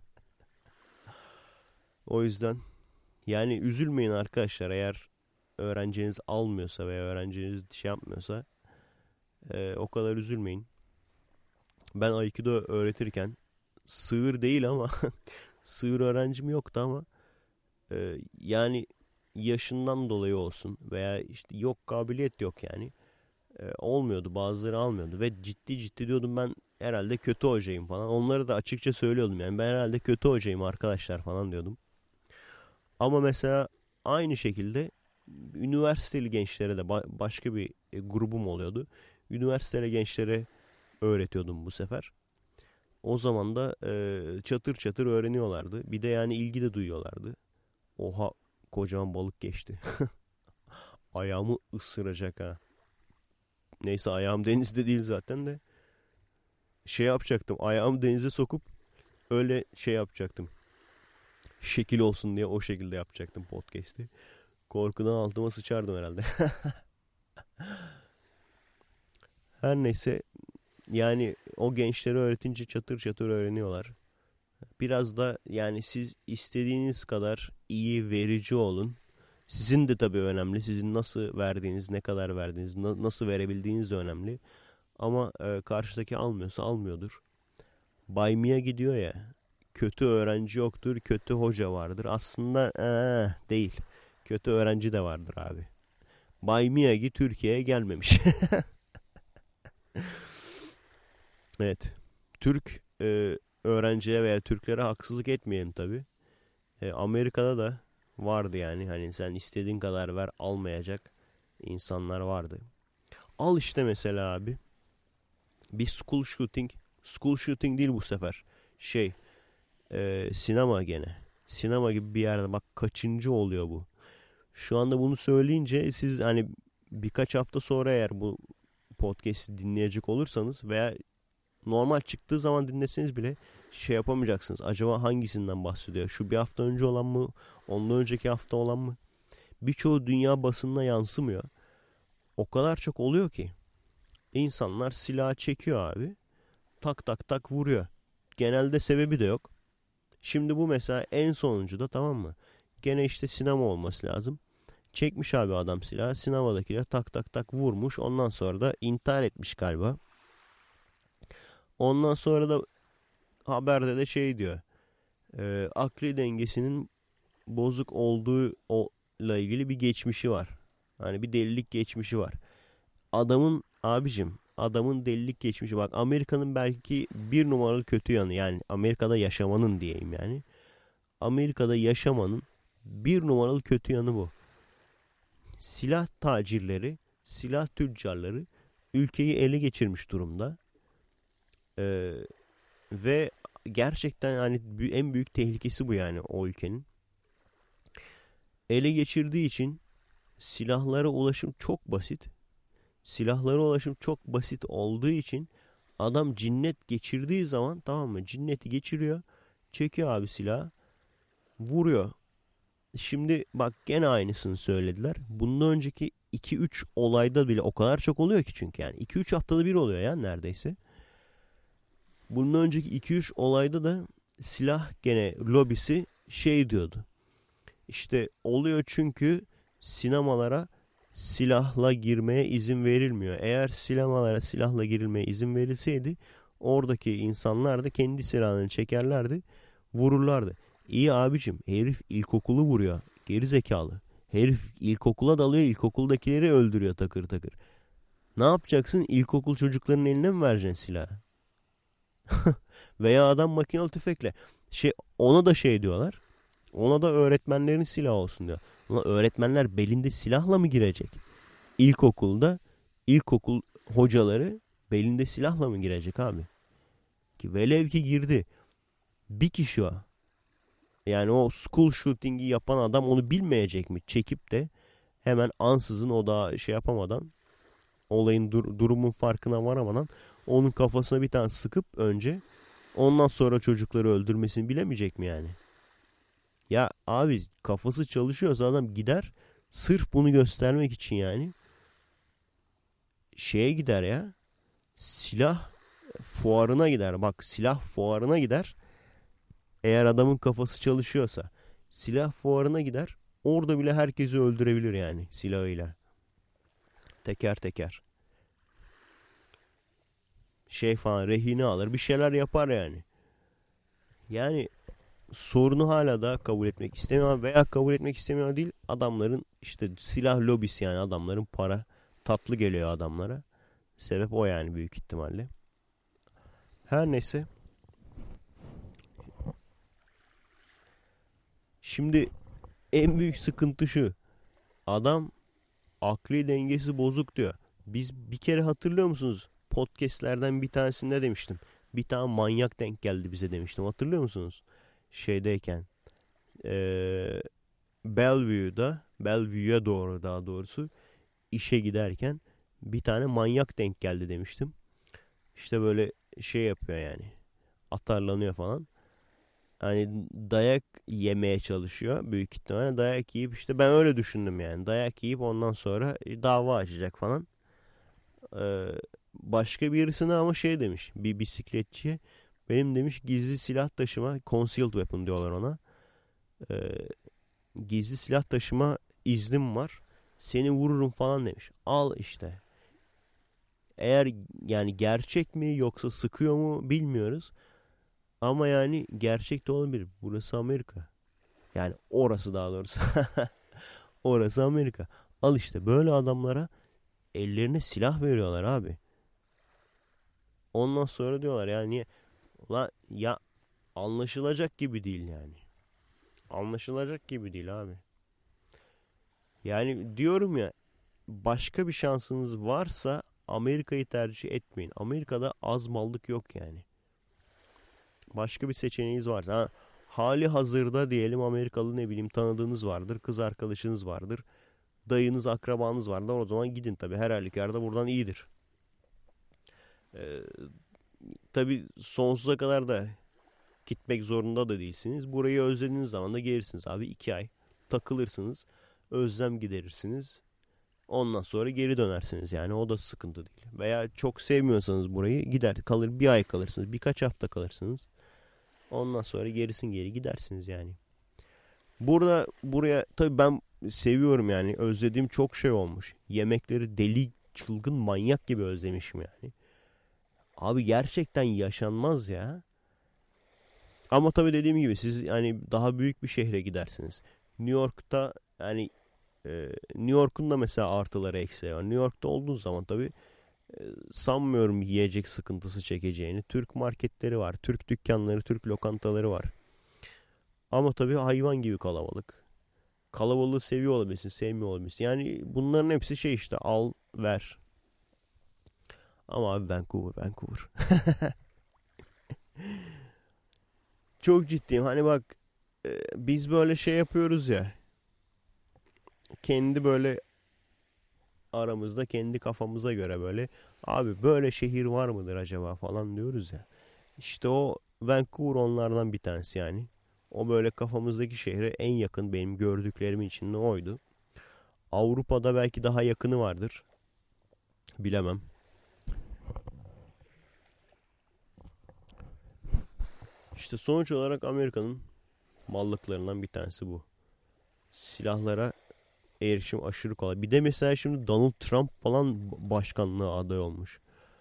O yüzden yani üzülmeyin arkadaşlar, eğer öğrenciniz almıyorsa veya öğrenciniz şey yapmıyorsa e, o kadar üzülmeyin. Ben Aikido öğretirken sığır değil ama sığır öğrencim yoktu ama e, yani yaşından dolayı olsun veya işte yok, kabiliyet yok yani. E, olmuyordu, bazıları almıyordu ve ciddi ciddi diyordum ben herhalde kötü hocayım falan. Onları da açıkça söylüyordum, yani ben herhalde kötü hocayım arkadaşlar falan diyordum. Ama mesela aynı şekilde üniversiteli gençlere de ba- başka bir e, grubum oluyordu. Üniversiteli gençlere öğretiyordum bu sefer. O zaman da e, çatır çatır öğreniyorlardı. Bir de yani ilgi de duyuyorlardı. Oha, kocaman balık geçti. Ayağımı ısıracak ha. Neyse, ayağım denizde değil zaten de. Şey yapacaktım. Ayağımı denize sokup öyle şey yapacaktım. Şekil olsun diye o şekilde yapacaktım podcast'i. Korkudan altıma sıçardım herhalde. Her neyse, yani o gençleri öğretince çatır çatır öğreniyorlar. Biraz da yani siz istediğiniz kadar iyi verici olun. Sizin de tabii önemli. Sizin nasıl verdiğiniz, ne kadar verdiğiniz, na- nasıl verebildiğiniz de önemli. Ama e, karşıdaki almıyorsa almıyordur. Buy Me'ye gidiyor ya. kötü öğrenci yoktur, kötü hoca vardır. Aslında ee, değil. Kötü öğrenci de vardır abi. Bay Miyagi Türkiye'ye gelmemiş. Evet. Türk e, öğrenciye veya Türklere haksızlık etmeyelim tabii. E, Amerika'da da vardı yani. Hani sen istediğin kadar ver, almayacak insanlar vardı. Al işte mesela abi. Bir school shooting. School shooting değil bu sefer. Şey e, sinema gene. Sinema gibi bir yerde. Bak kaçıncı oluyor bu. Şu anda bunu söyleyince siz hani birkaç hafta sonra eğer bu podcast'i dinleyecek olursanız veya normal çıktığı zaman dinleseniz bile şey yapamayacaksınız. Acaba hangisinden bahsediyor? Şu bir hafta önce olan mı? Ondan önceki hafta olan mı? Birçoğu dünya basınına yansımıyor. O kadar çok oluyor ki. İnsanlar silahı çekiyor abi. Tak tak tak vuruyor. Genelde sebebi de yok. Şimdi bu mesela en sonuncu da, tamam mı? Gene işte sinema olması lazım. Çekmiş abi adam silahı. Sinemadakiler tak tak tak vurmuş. Ondan sonra da intihar etmiş galiba. Ondan sonra da haberde de şey diyor. E, akli dengesinin bozuk olduğu ile ilgili bir geçmişi var. Hani bir delilik geçmişi var. Adamın abicim adamın delilik geçmişi, bak Amerika'nın belki bir numaralı kötü yanı, yani Amerika'da yaşamanın diyeyim yani. Amerika'da yaşamanın bir numaralı kötü yanı bu. Silah tacirleri, silah tüccarları ülkeyi ele geçirmiş durumda. Ee, ve gerçekten hani en büyük tehlikesi bu yani o ülkenin. Ele geçirdiği için silahlara ulaşım çok basit. Silahlara ulaşım çok basit olduğu için adam cinnet geçirdiği zaman, tamam mı? Cinneti geçiriyor. Çekiyor abi silahı. Vuruyor. Şimdi bak gene aynısını söylediler. Bundan önceki iki üç olayda bile o kadar çok oluyor ki çünkü yani. iki üç haftada bir oluyor ya neredeyse. Bundan önceki iki üç olayda da silah gene lobisi şey diyordu. İşte oluyor çünkü sinemalara silahla girmeye izin verilmiyor. Eğer sinemalara silahla girilmeye izin verilseydi oradaki insanlar da kendi silahını çekerlerdi, vururlardı. İyi abicim, herif ilkokulu vuruyor. Geri zekalı. Herif ilkokula dalıyor, ilkokuldakileri öldürüyor takır takır. Ne yapacaksın? İlkokul çocuklarının eline mi vereceksin silahı? Veya adam makinalı tüfekle. Şey, ona da şey diyorlar. Ona da öğretmenlerin silahı olsun diyor. Ulan öğretmenler belinde silahla mı girecek? İlkokulda ilkokul hocaları belinde silahla mı girecek abi? Ki velev ki girdi. Bir kişi o. Yani o school shooting'i yapan adam onu bilmeyecek mi? Çekip de hemen ansızın, o da şey yapamadan, olayın dur- durumun farkına varamadan onun kafasına bir tane sıkıp önce, ondan sonra çocukları öldürmesini bilemeyecek mi yani? Ya abi kafası çalışıyorsa adam gider sırf bunu göstermek için yani şeye gider ya, silah fuarına gider. Bak silah fuarına gider. Eğer adamın kafası çalışıyorsa silah fuarına gider. Orada bile herkesi öldürebilir yani silahıyla. Teker teker. Şey falan, rehine alır, bir şeyler yapar yani. Yani sorunu hala da kabul etmek istemiyor veya kabul etmek istemiyor değil. Adamların işte silah lobisi, yani adamların para tatlı geliyor adamlara. Sebep o yani büyük ihtimalle. Her neyse. Şimdi en büyük sıkıntı şu. Adam akli dengesi bozuk diyor. Biz bir kere, hatırlıyor musunuz? Podcast'lerden bir tanesinde demiştim. Bir tane manyak denk geldi bize demiştim. Hatırlıyor musunuz? Şeydeyken. Ee, Bellevue'da, Bellevue'ya doğru daha doğrusu işe giderken bir tane manyak denk geldi demiştim. İşte böyle şey yapıyor yani. Atarlanıyor falan. Hani dayak yemeye çalışıyor büyük ihtimalle. Dayak yiyip, işte ben öyle düşündüm yani. Dayak yiyip ondan sonra dava açacak falan. Ee, başka birisine ama şey demiş. Bir bisikletçiye. Benim demiş gizli silah taşıma, concealed weapon diyorlar ona. Ee, gizli silah taşıma iznim var. Seni vururum falan demiş. Al işte. Eğer yani gerçek mi yoksa sıkıyor mu bilmiyoruz. Ama yani gerçek de olabilir. Burası Amerika. Yani orası daha doğrusu. Orası Amerika. Al işte böyle adamlara ellerine silah veriyorlar abi. Ondan sonra diyorlar yani niye? Ulan ya anlaşılacak gibi değil yani. Anlaşılacak gibi değil abi. Yani diyorum ya başka bir şansınız varsa Amerika'yı tercih etmeyin. Amerika'da az mallık yok yani. Başka bir seçeneğiniz varsa ha, hali hazırda diyelim Amerikalı ne bileyim tanıdığınız vardır, kız arkadaşınız vardır, dayınız, akrabanız vardır. O zaman gidin tabii. Her halükarda buradan iyidir. Ee, tabii sonsuza kadar da gitmek zorunda da değilsiniz. Burayı özlediğiniz zaman da gelirsiniz abi. iki ay takılırsınız. Özlem giderirsiniz. Ondan sonra geri dönersiniz. Yani o da sıkıntı değil. Veya çok sevmiyorsanız burayı gider kalır bir ay kalırsınız. Birkaç hafta kalırsınız. Ondan sonra gerisin geri gidersiniz yani. Burada buraya tabii ben seviyorum yani. Özlediğim çok şey olmuş. Yemekleri deli çılgın manyak gibi özlemişim yani. Abi gerçekten yaşanmaz ya. Ama tabii dediğim gibi siz yani daha büyük bir şehre gidersiniz. New York'ta yani e, New York'un da mesela artıları eksiği var. New York'ta olduğun zaman tabii e, sanmıyorum yiyecek sıkıntısı çekeceğini. Türk marketleri var, Türk dükkanları, Türk lokantaları var. Ama tabii hayvan gibi kalabalık. Kalabalığı seviyor olabilirsin, sevmiyor olabilirsin. Yani bunların hepsi şey işte al ver. Ama abi Vancouver, Vancouver. Çok ciddiyim. Hani bak e, biz böyle şey yapıyoruz ya. Kendi böyle aramızda kendi kafamıza göre böyle abi böyle şehir var mıdır acaba falan diyoruz ya. İşte o Vancouver onlardan bir tanesi yani. O böyle kafamızdaki şehre en yakın benim gördüklerimin içinde oydu. Avrupa'da belki daha yakını vardır. Bilemem. İşte sonuç olarak Amerika'nın mallıklarından bir tanesi bu. Silahlara erişim aşırı kolay. Bir de mesela şimdi Donald Trump falan başkanlığa aday olmuş.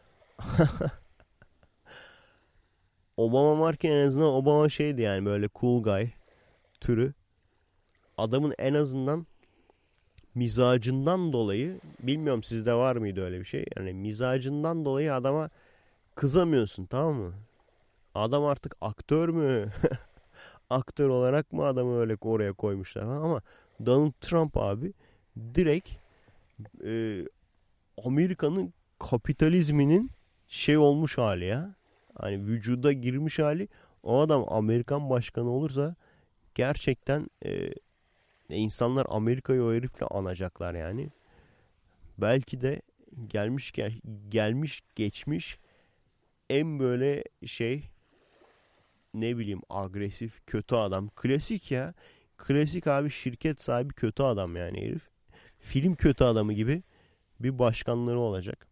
Obama varken en azından Obama şeydi yani böyle cool guy türü. Adamın en azından mizacından dolayı bilmiyorum sizde var mıydı öyle bir şey? Yani mizacından dolayı adama kızamıyorsun tamam mı? Adam artık aktör mü? Aktör olarak mı adamı öyle oraya koymuşlar ama Donald Trump abi direkt e, Amerika'nın kapitalizminin şey olmuş hali ya. Hani vücuda girmiş hali. O adam Amerikan başkanı olursa gerçekten e, insanlar Amerika'yı o herifle anacaklar yani. Belki de gelmiş gel, gelmiş geçmiş en böyle şey ne bileyim agresif kötü adam. Klasik ya. Klasik abi şirket sahibi kötü adam yani herif. Film kötü adamı gibi bir başkanları olacak.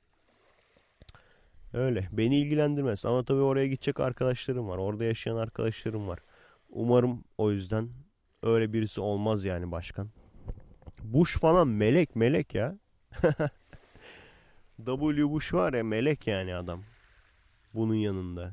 Öyle. Beni ilgilendirmez. Ama tabii oraya gidecek arkadaşlarım var. Orada yaşayan arkadaşlarım var. Umarım o yüzden öyle birisi olmaz yani başkan. Bush falan melek melek ya. W. Bush var ya melek yani adam. Bunun yanında.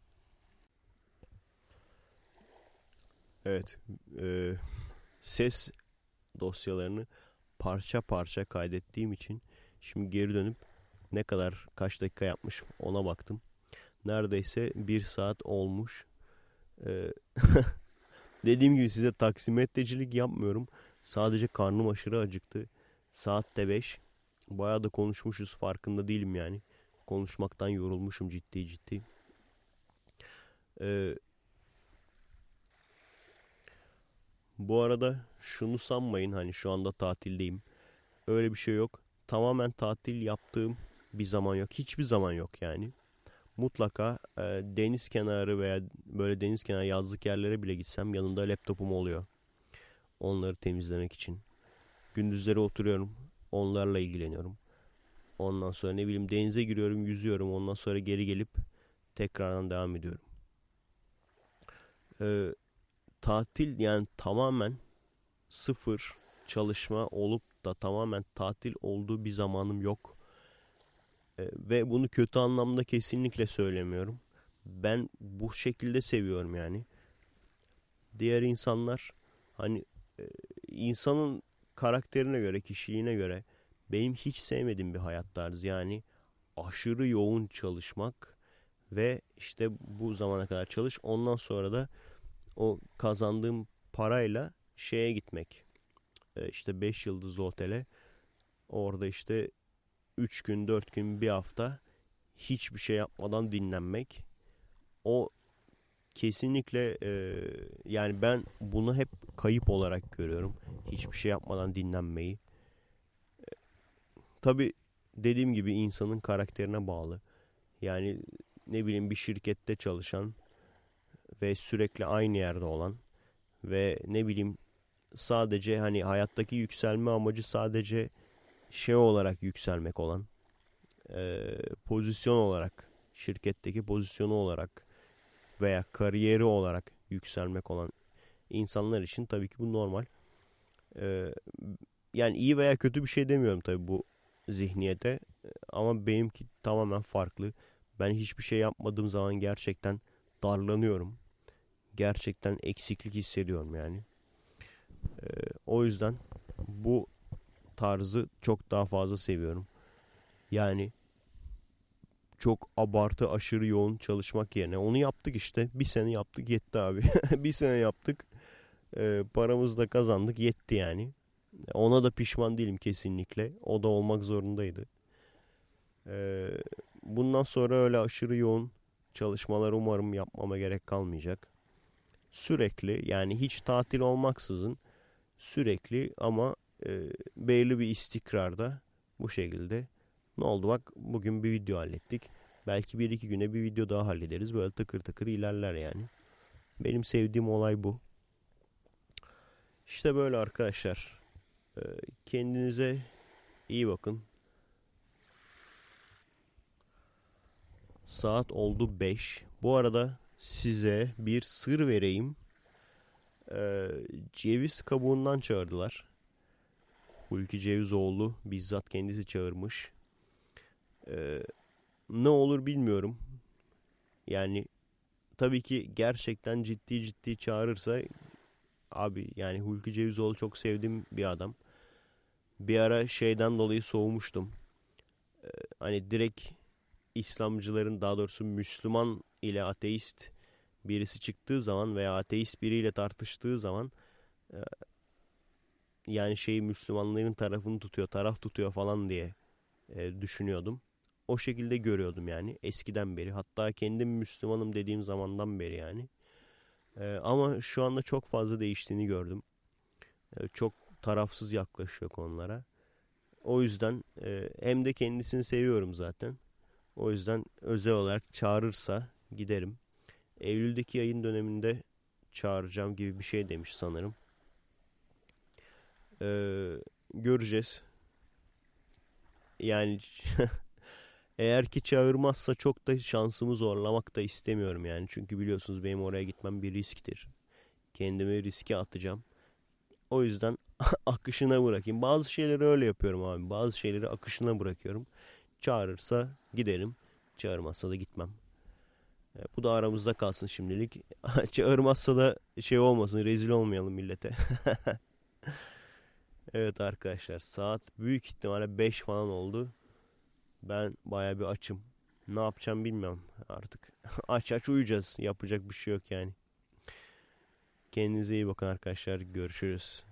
Evet. E, ses dosyalarını parça parça kaydettiğim için şimdi geri dönüp ne kadar kaç dakika yapmış ona baktım. Neredeyse bir saat olmuş. Ee, dediğim gibi size taksimetrecilik yapmıyorum. Sadece karnım aşırı acıktı. Saat de beş. Bayağı da konuşmuşuz farkında değilim yani. Konuşmaktan yorulmuşum ciddi ciddi. Ee, bu arada şunu sanmayın hani şu anda tatildeyim. Öyle bir şey yok. Tamamen tatil yaptığım bir zaman yok. Hiçbir zaman yok yani. Mutlaka e, deniz kenarı veya böyle deniz kenarı yazlık yerlere bile gitsem yanımda laptopum oluyor. Onları temizlemek için. Gündüzleri oturuyorum. Onlarla ilgileniyorum. Ondan sonra ne bileyim denize giriyorum, yüzüyorum. Ondan sonra geri gelip tekrardan devam ediyorum. Ee, tatil yani tamamen sıfır çalışma olup da tamamen tatil olduğu bir zamanım yok. Ee, ve bunu kötü anlamda kesinlikle söylemiyorum. Ben bu şekilde seviyorum yani. Diğer insanlar hani e, insanın karakterine göre, kişiliğine göre benim hiç sevmediğim bir hayat tarzı. Yani aşırı yoğun çalışmak ve işte bu zamana kadar çalış. Ondan sonra da o kazandığım parayla şeye gitmek. E, işte beş yıldızlı otele. Orada işte üç gün, dört gün, bir hafta hiçbir şey yapmadan dinlenmek. O kesinlikle e, yani ben bunu hep kayıp olarak görüyorum. Hiçbir şey yapmadan dinlenmeyi. Tabii dediğim gibi insanın karakterine bağlı. Yani ne bileyim bir şirkette çalışan ve sürekli aynı yerde olan ve ne bileyim sadece hani hayattaki yükselme amacı sadece şey olarak yükselmek olan, e, pozisyon olarak, şirketteki pozisyonu olarak veya kariyeri olarak yükselmek olan insanlar için tabii ki bu normal. E, Yani iyi veya kötü bir şey demiyorum tabii bu zihniyete, ama benimki tamamen farklı. Ben hiçbir şey yapmadığım zaman gerçekten darlanıyorum. Gerçekten eksiklik hissediyorum yani. E, O yüzden bu tarzı çok daha fazla seviyorum. Yani çok abartı aşırı yoğun çalışmak yerine onu yaptık işte. Bir sene yaptık yetti abi. Bir sene yaptık. E, paramızı da kazandık yetti yani. Ona da pişman değilim kesinlikle. O da olmak zorundaydı. E, Bundan sonra öyle aşırı yoğun çalışmalar umarım yapmama gerek kalmayacak. Sürekli yani hiç tatil olmaksızın sürekli ama e, belirli bir istikrarda bu şekilde. Ne oldu bak bugün bir video hallettik. Belki bir iki güne bir video daha hallederiz. Böyle tıkır tıkır ilerler yani. Benim sevdiğim olay bu. İşte böyle arkadaşlar. Ee, Kendinize iyi bakın. Saat oldu beş. Bu arada size bir sır vereyim. Ee, ceviz kabuğundan çağırdılar. Hulki Cevizoğlu bizzat kendisi çağırmış. Ee, Ne olur bilmiyorum. Yani tabii ki gerçekten ciddi ciddi çağırırsa abi yani Hulki Cevizoğlu çok sevdiğim bir adam. Bir ara şeyden dolayı soğumuştum. Ee, Hani direkt İslamcıların daha doğrusu Müslüman ile ateist birisi çıktığı zaman veya ateist biriyle tartıştığı zaman e, yani şeyi Müslümanların tarafını tutuyor, taraf tutuyor falan diye e, düşünüyordum. O şekilde görüyordum yani eskiden beri. Hatta kendim Müslümanım dediğim zamandan beri yani. E, ama şu anda çok fazla değiştiğini gördüm. E, çok tarafsız yaklaşıyor konulara. O yüzden e, hem de kendisini seviyorum zaten. O yüzden özel olarak çağırırsa giderim. Eylül'deki yayın döneminde çağıracağım gibi bir şey demiş sanırım. Ee, Göreceğiz. Yani eğer ki çağırmazsa çok da şansımı zorlamak da istemiyorum yani. Çünkü biliyorsunuz benim oraya gitmem bir risktir. Kendimi riske atacağım. O yüzden akışına bırakayım. Bazı şeyleri öyle yapıyorum abi. Bazı şeyleri akışına bırakıyorum. Çağırırsa giderim. Çağırmazsa da gitmem. E, bu da aramızda kalsın şimdilik. Çağırmazsa da şey olmasın, rezil olmayalım millete. Evet arkadaşlar, saat büyük ihtimalle beş falan oldu. Ben baya bir açım. Ne yapacağım bilmiyorum artık. Aç aç uyuyacağız. Yapacak bir şey yok yani. Kendinize iyi bakın arkadaşlar. Görüşürüz.